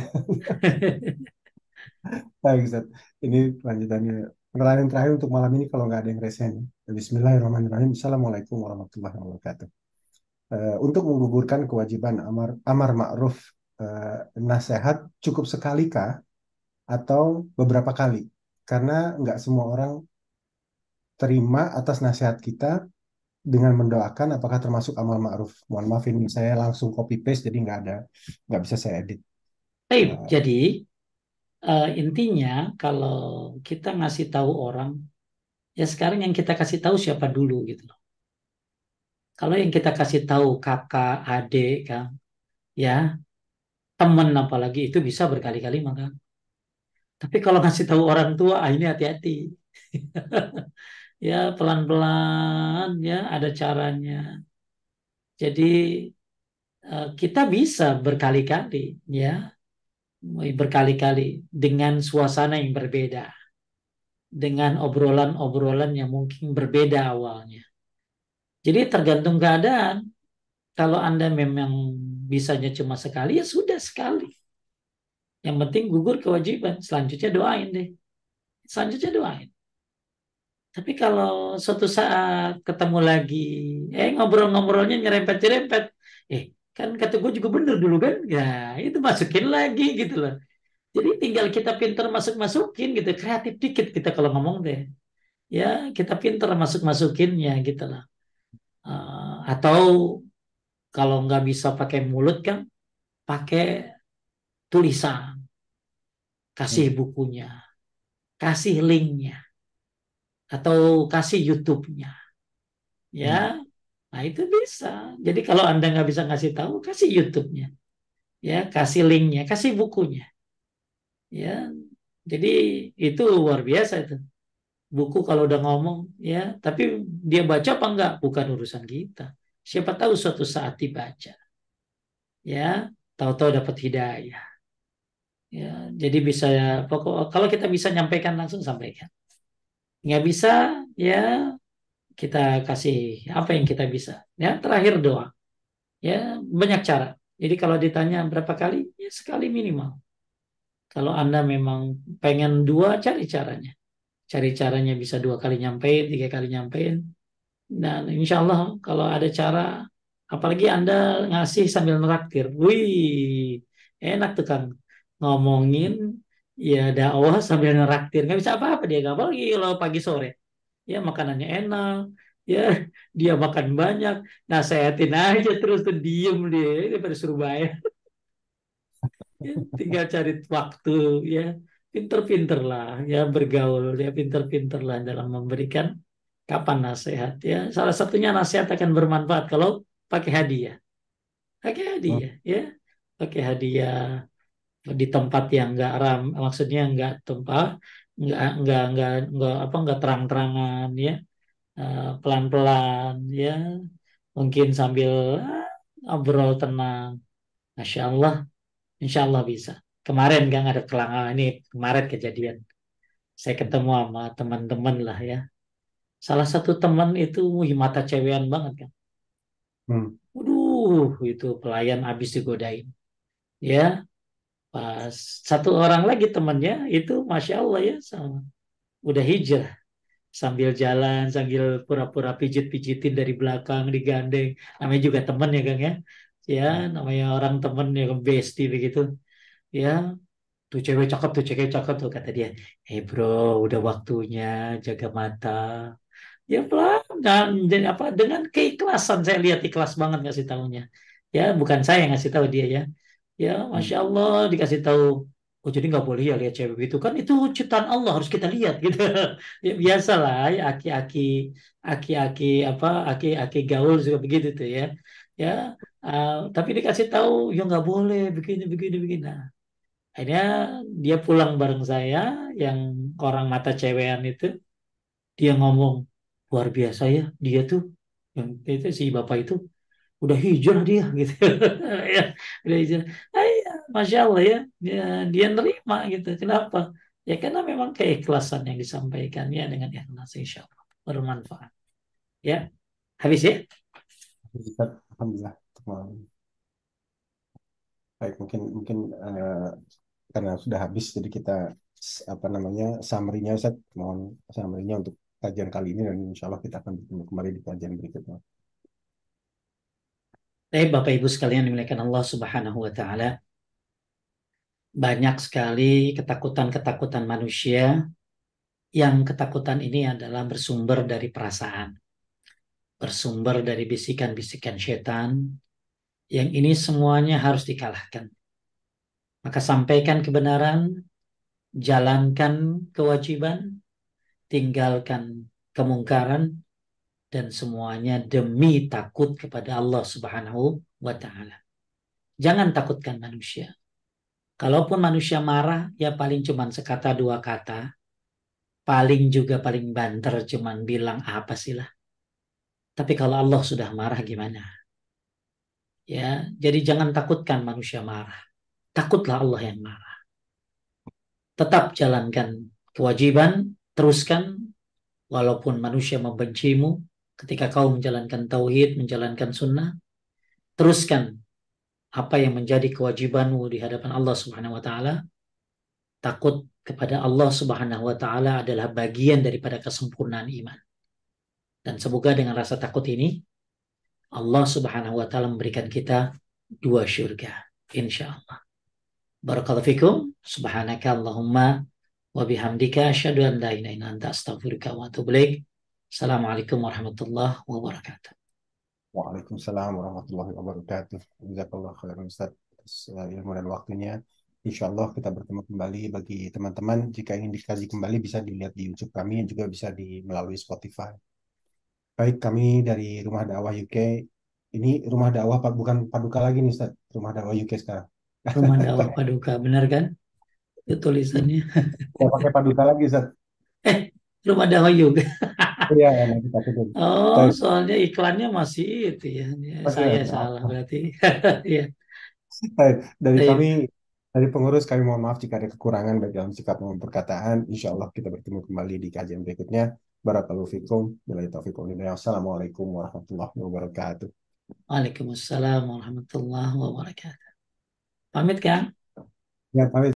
Speaker 2: Baik, Ustaz. Ini lanjutannya. Pertanyaan terakhir untuk malam ini kalau nggak ada yang resen. Bismillahirrahmanirrahim. Assalamualaikum warahmatullahi wabarakatuh. Eh, untuk menggugurkan kewajiban amar amar ma'ruf, eh, nasihat cukup sekali kah atau beberapa kali? Karena nggak semua orang terima atas nasihat kita dengan mendoakan apakah termasuk amal ma'ruf. Mohon maaf ini saya langsung copy paste jadi nggak ada nggak bisa saya edit.
Speaker 1: Baik,
Speaker 2: Eh,
Speaker 1: jadi eh, intinya kalau kita ngasih tahu orang, ya sekarang yang kita kasih tahu siapa dulu gitu loh. Kalau yang kita kasih tahu kakak, adik, kan, ya teman apalagi itu bisa berkali-kali maka. Tapi kalau ngasih tahu orang tua, ah, ini hati-hati. Ya pelan-pelan ya ada caranya. Jadi eh, kita bisa berkali-kali ya, berkali-kali dengan suasana yang berbeda, dengan obrolan-obrolan yang mungkin berbeda awalnya. Jadi tergantung keadaan. Kalau Anda memang bisanya cuma sekali, ya sudah sekali. Yang penting gugur kewajiban. Selanjutnya doain deh. Selanjutnya doain. Tapi kalau suatu saat ketemu lagi, eh ngobrol-ngobrolnya nyerempet-nyerempet, eh kan kata gue juga bener dulu kan, ya itu masukin lagi gitu loh. Jadi tinggal kita pinter masuk-masukin gitu, kreatif dikit kita kalau ngomong deh. Ya kita pinter masuk-masukinnya gitu loh. Eh, atau kalau nggak bisa pakai mulut kan, pakai tulisan, kasih
Speaker 2: Hmm.
Speaker 1: bukunya, kasih linknya, atau kasih YouTube-nya. Ya,
Speaker 2: Hmm.
Speaker 1: nah itu bisa. Jadi kalau Anda nggak bisa ngasih tahu, kasih YouTube-nya, ya, kasih linknya, kasih bukunya, ya. Jadi itu luar biasa itu. Buku kalau udah ngomong, ya, tapi dia baca apa enggak bukan urusan kita. Siapa tahu suatu saat dibaca, ya, tahu-tahu dapat hidayah, ya. Jadi bisa pokok kalau kita bisa nyampaikan langsung sampaikan. Nggak bisa, ya kita kasih apa yang kita bisa. Ya, terakhir doa. Ya, banyak cara. Jadi kalau ditanya berapa kali, ya sekali minimal. Kalau Anda memang pengen dua, cari caranya. Cari caranya bisa dua kali nyampein, tiga kali nyampein. Dan insya Allah kalau ada cara, apalagi Anda ngasih sambil neraktir. Wih, enak tuh Kang. Ngomongin, ya dakwah sambil neraktir. Nggak bisa apa-apa dia. Nggak apalagi kalau pagi sore. Ya makanannya enak. Ya dia makan banyak. Nasehatin aja terus tuh diem dia. Daripada suruh bayar. Ya, tinggal cari waktu ya, pinter-pinter lah ya bergaul ya, pinter-pinter lah dalam memberikan kapan nasihat ya. Salah satunya nasihat akan bermanfaat kalau pakai hadiah, pakai
Speaker 2: Hmm.
Speaker 1: hadiah ya, pakai hadiah di tempat yang enggak ram, maksudnya enggak tempat, enggak enggak enggak enggak apa enggak terang-terangan ya. Eh, pelan-pelan ya, mungkin sambil ah, ngobrol tenang. Masya Allah, Insya Allah bisa. Kemarin kan ada kelangan ini, kemarin kejadian. Saya ketemu sama teman-teman lah ya. Salah satu teman itu wih, mata cewean banget kan.
Speaker 2: Hmm.
Speaker 1: Waduh, itu pelayan habis digodain. Ya, pas satu orang lagi temannya itu Masya Allah ya, sama, udah hijrah. Sambil jalan, sambil pura-pura pijit-pijitin dari belakang, digandeng. Namanya juga teman ya Kang ya. Ya,
Speaker 2: Hmm.
Speaker 1: namanya orang teman ya, bestie begitu. Ya, tuh cewek cakep tuh cewek cakep tuh kata dia, eh bro udah waktunya jaga mata ya pelan dan, dan apa dengan keikhlasan saya lihat ikhlas banget ngasih tahunya ya, bukan saya yang ngasih tahu dia ya. Ya
Speaker 2: Hmm.
Speaker 1: Masya Allah dikasih tahu, oh jadi nggak boleh ya lihat cewek itu kan, itu ciptaan Allah harus kita lihat gitu. Ya biasa lah ya, aki-aki aki-aki apa aki-aki gaul juga begitu tuh ya. Ya uh, tapi dikasih tahu ya nggak boleh begini begini begini. Nah, akhirnya dia pulang bareng saya, yang orang mata cewean itu, dia ngomong, luar biasa ya, dia tuh, yang itu si bapak itu, udah hijrah dia gitu. Ya, udah hijrah. Ah, iya, Masya Allah ya, dia, dia nerima gitu. Kenapa? Ya karena memang keikhlasan yang disampaikannya dengan ikhlas, insya Allah bermanfaat. Ya, habis ya.
Speaker 2: Ustaz, Alhamdulillah. Hmm. Baik, mungkin mungkin eh, karena sudah habis, jadi kita s- apa namanya summary-nya, Ustaz. Mohon summary-nya untuk kajian kali ini, dan insya Allah kita akan bertemu kembali di kajian berikutnya.
Speaker 1: Eh, Bapak Ibu sekalian dimuliakan Allah Subhanahu wa Ta'ala, banyak sekali ketakutan-ketakutan manusia, yang ketakutan ini adalah bersumber dari perasaan, bersumber dari bisikan-bisikan setan, yang ini semuanya harus dikalahkan. Maka sampaikan kebenaran, jalankan kewajiban, tinggalkan kemungkaran, dan semuanya demi takut kepada Allah Subhanahu wa Ta'ala. Jangan takutkan manusia. Kalaupun manusia marah, ya paling cuman sekata dua kata. Paling juga paling banter cuman bilang apa sih lah. Tapi kalau Allah sudah marah gimana? Ya, jadi jangan takutkan manusia marah. Takutlah Allah yang marah. Tetap jalankan kewajiban, teruskan walaupun manusia membencimu ketika kau menjalankan tauhid, menjalankan sunnah, teruskan apa yang menjadi kewajibanmu di hadapan Allah Subhanahu wa taala. Takut kepada Allah Subhanahu wa taala adalah bagian daripada kesempurnaan iman. Dan semoga dengan rasa takut ini Allah Subhanahu wa taala memberikan kita dua syurga, insya Allah. Barakallahu fikum. Subhanaka Allahumma wa bihamdika asyhadu an la ilaha illa anta astaghfiruka wa atubu ilaik. Assalamualaikum warahmatullahi wabarakatuh.
Speaker 2: Waalaikumsalam warahmatullahi wabarakatuh. Jazakallah khairan Ustaz atas uh, ilmu dan waktunya. Insya Allah kita bertemu kembali. Bagi teman-teman, jika ingin dikaji kembali bisa dilihat di YouTube kami, juga bisa di melalui Spotify. Baik, kami dari Rumah Dakwah U K. Ini Rumah Dakwah Pak, bukan Paduka lagi nih Ustaz. Rumah Dakwah U K sekarang.
Speaker 1: Rumah dakwah Paduka, benar kan? Itu tulisannya.
Speaker 2: Saya pakai Paduka lagi Ustaz.
Speaker 1: Eh, rumah dakwah juga.
Speaker 2: Iya, nanti takut.
Speaker 1: Oh,
Speaker 2: Baik,
Speaker 1: soalnya iklannya masih itu ya. Ya,
Speaker 2: Oke,
Speaker 1: saya
Speaker 2: maaf.
Speaker 1: salah berarti. Ya.
Speaker 2: Baik, dari kami,
Speaker 1: Baik.
Speaker 2: dari pengurus kami mohon maaf jika ada kekurangan baik dalam sikap maupun perkataan. Insya Allah kita bertemu kembali di kajian berikutnya. Barakallahu fikum. Billahi taufiq wal hidayah. Assalamualaikum warahmatullahi wabarakatuh.
Speaker 1: Waalaikumsalam warahmatullahi wabarakatuh. Pamit kan?
Speaker 2: Ya, pamit.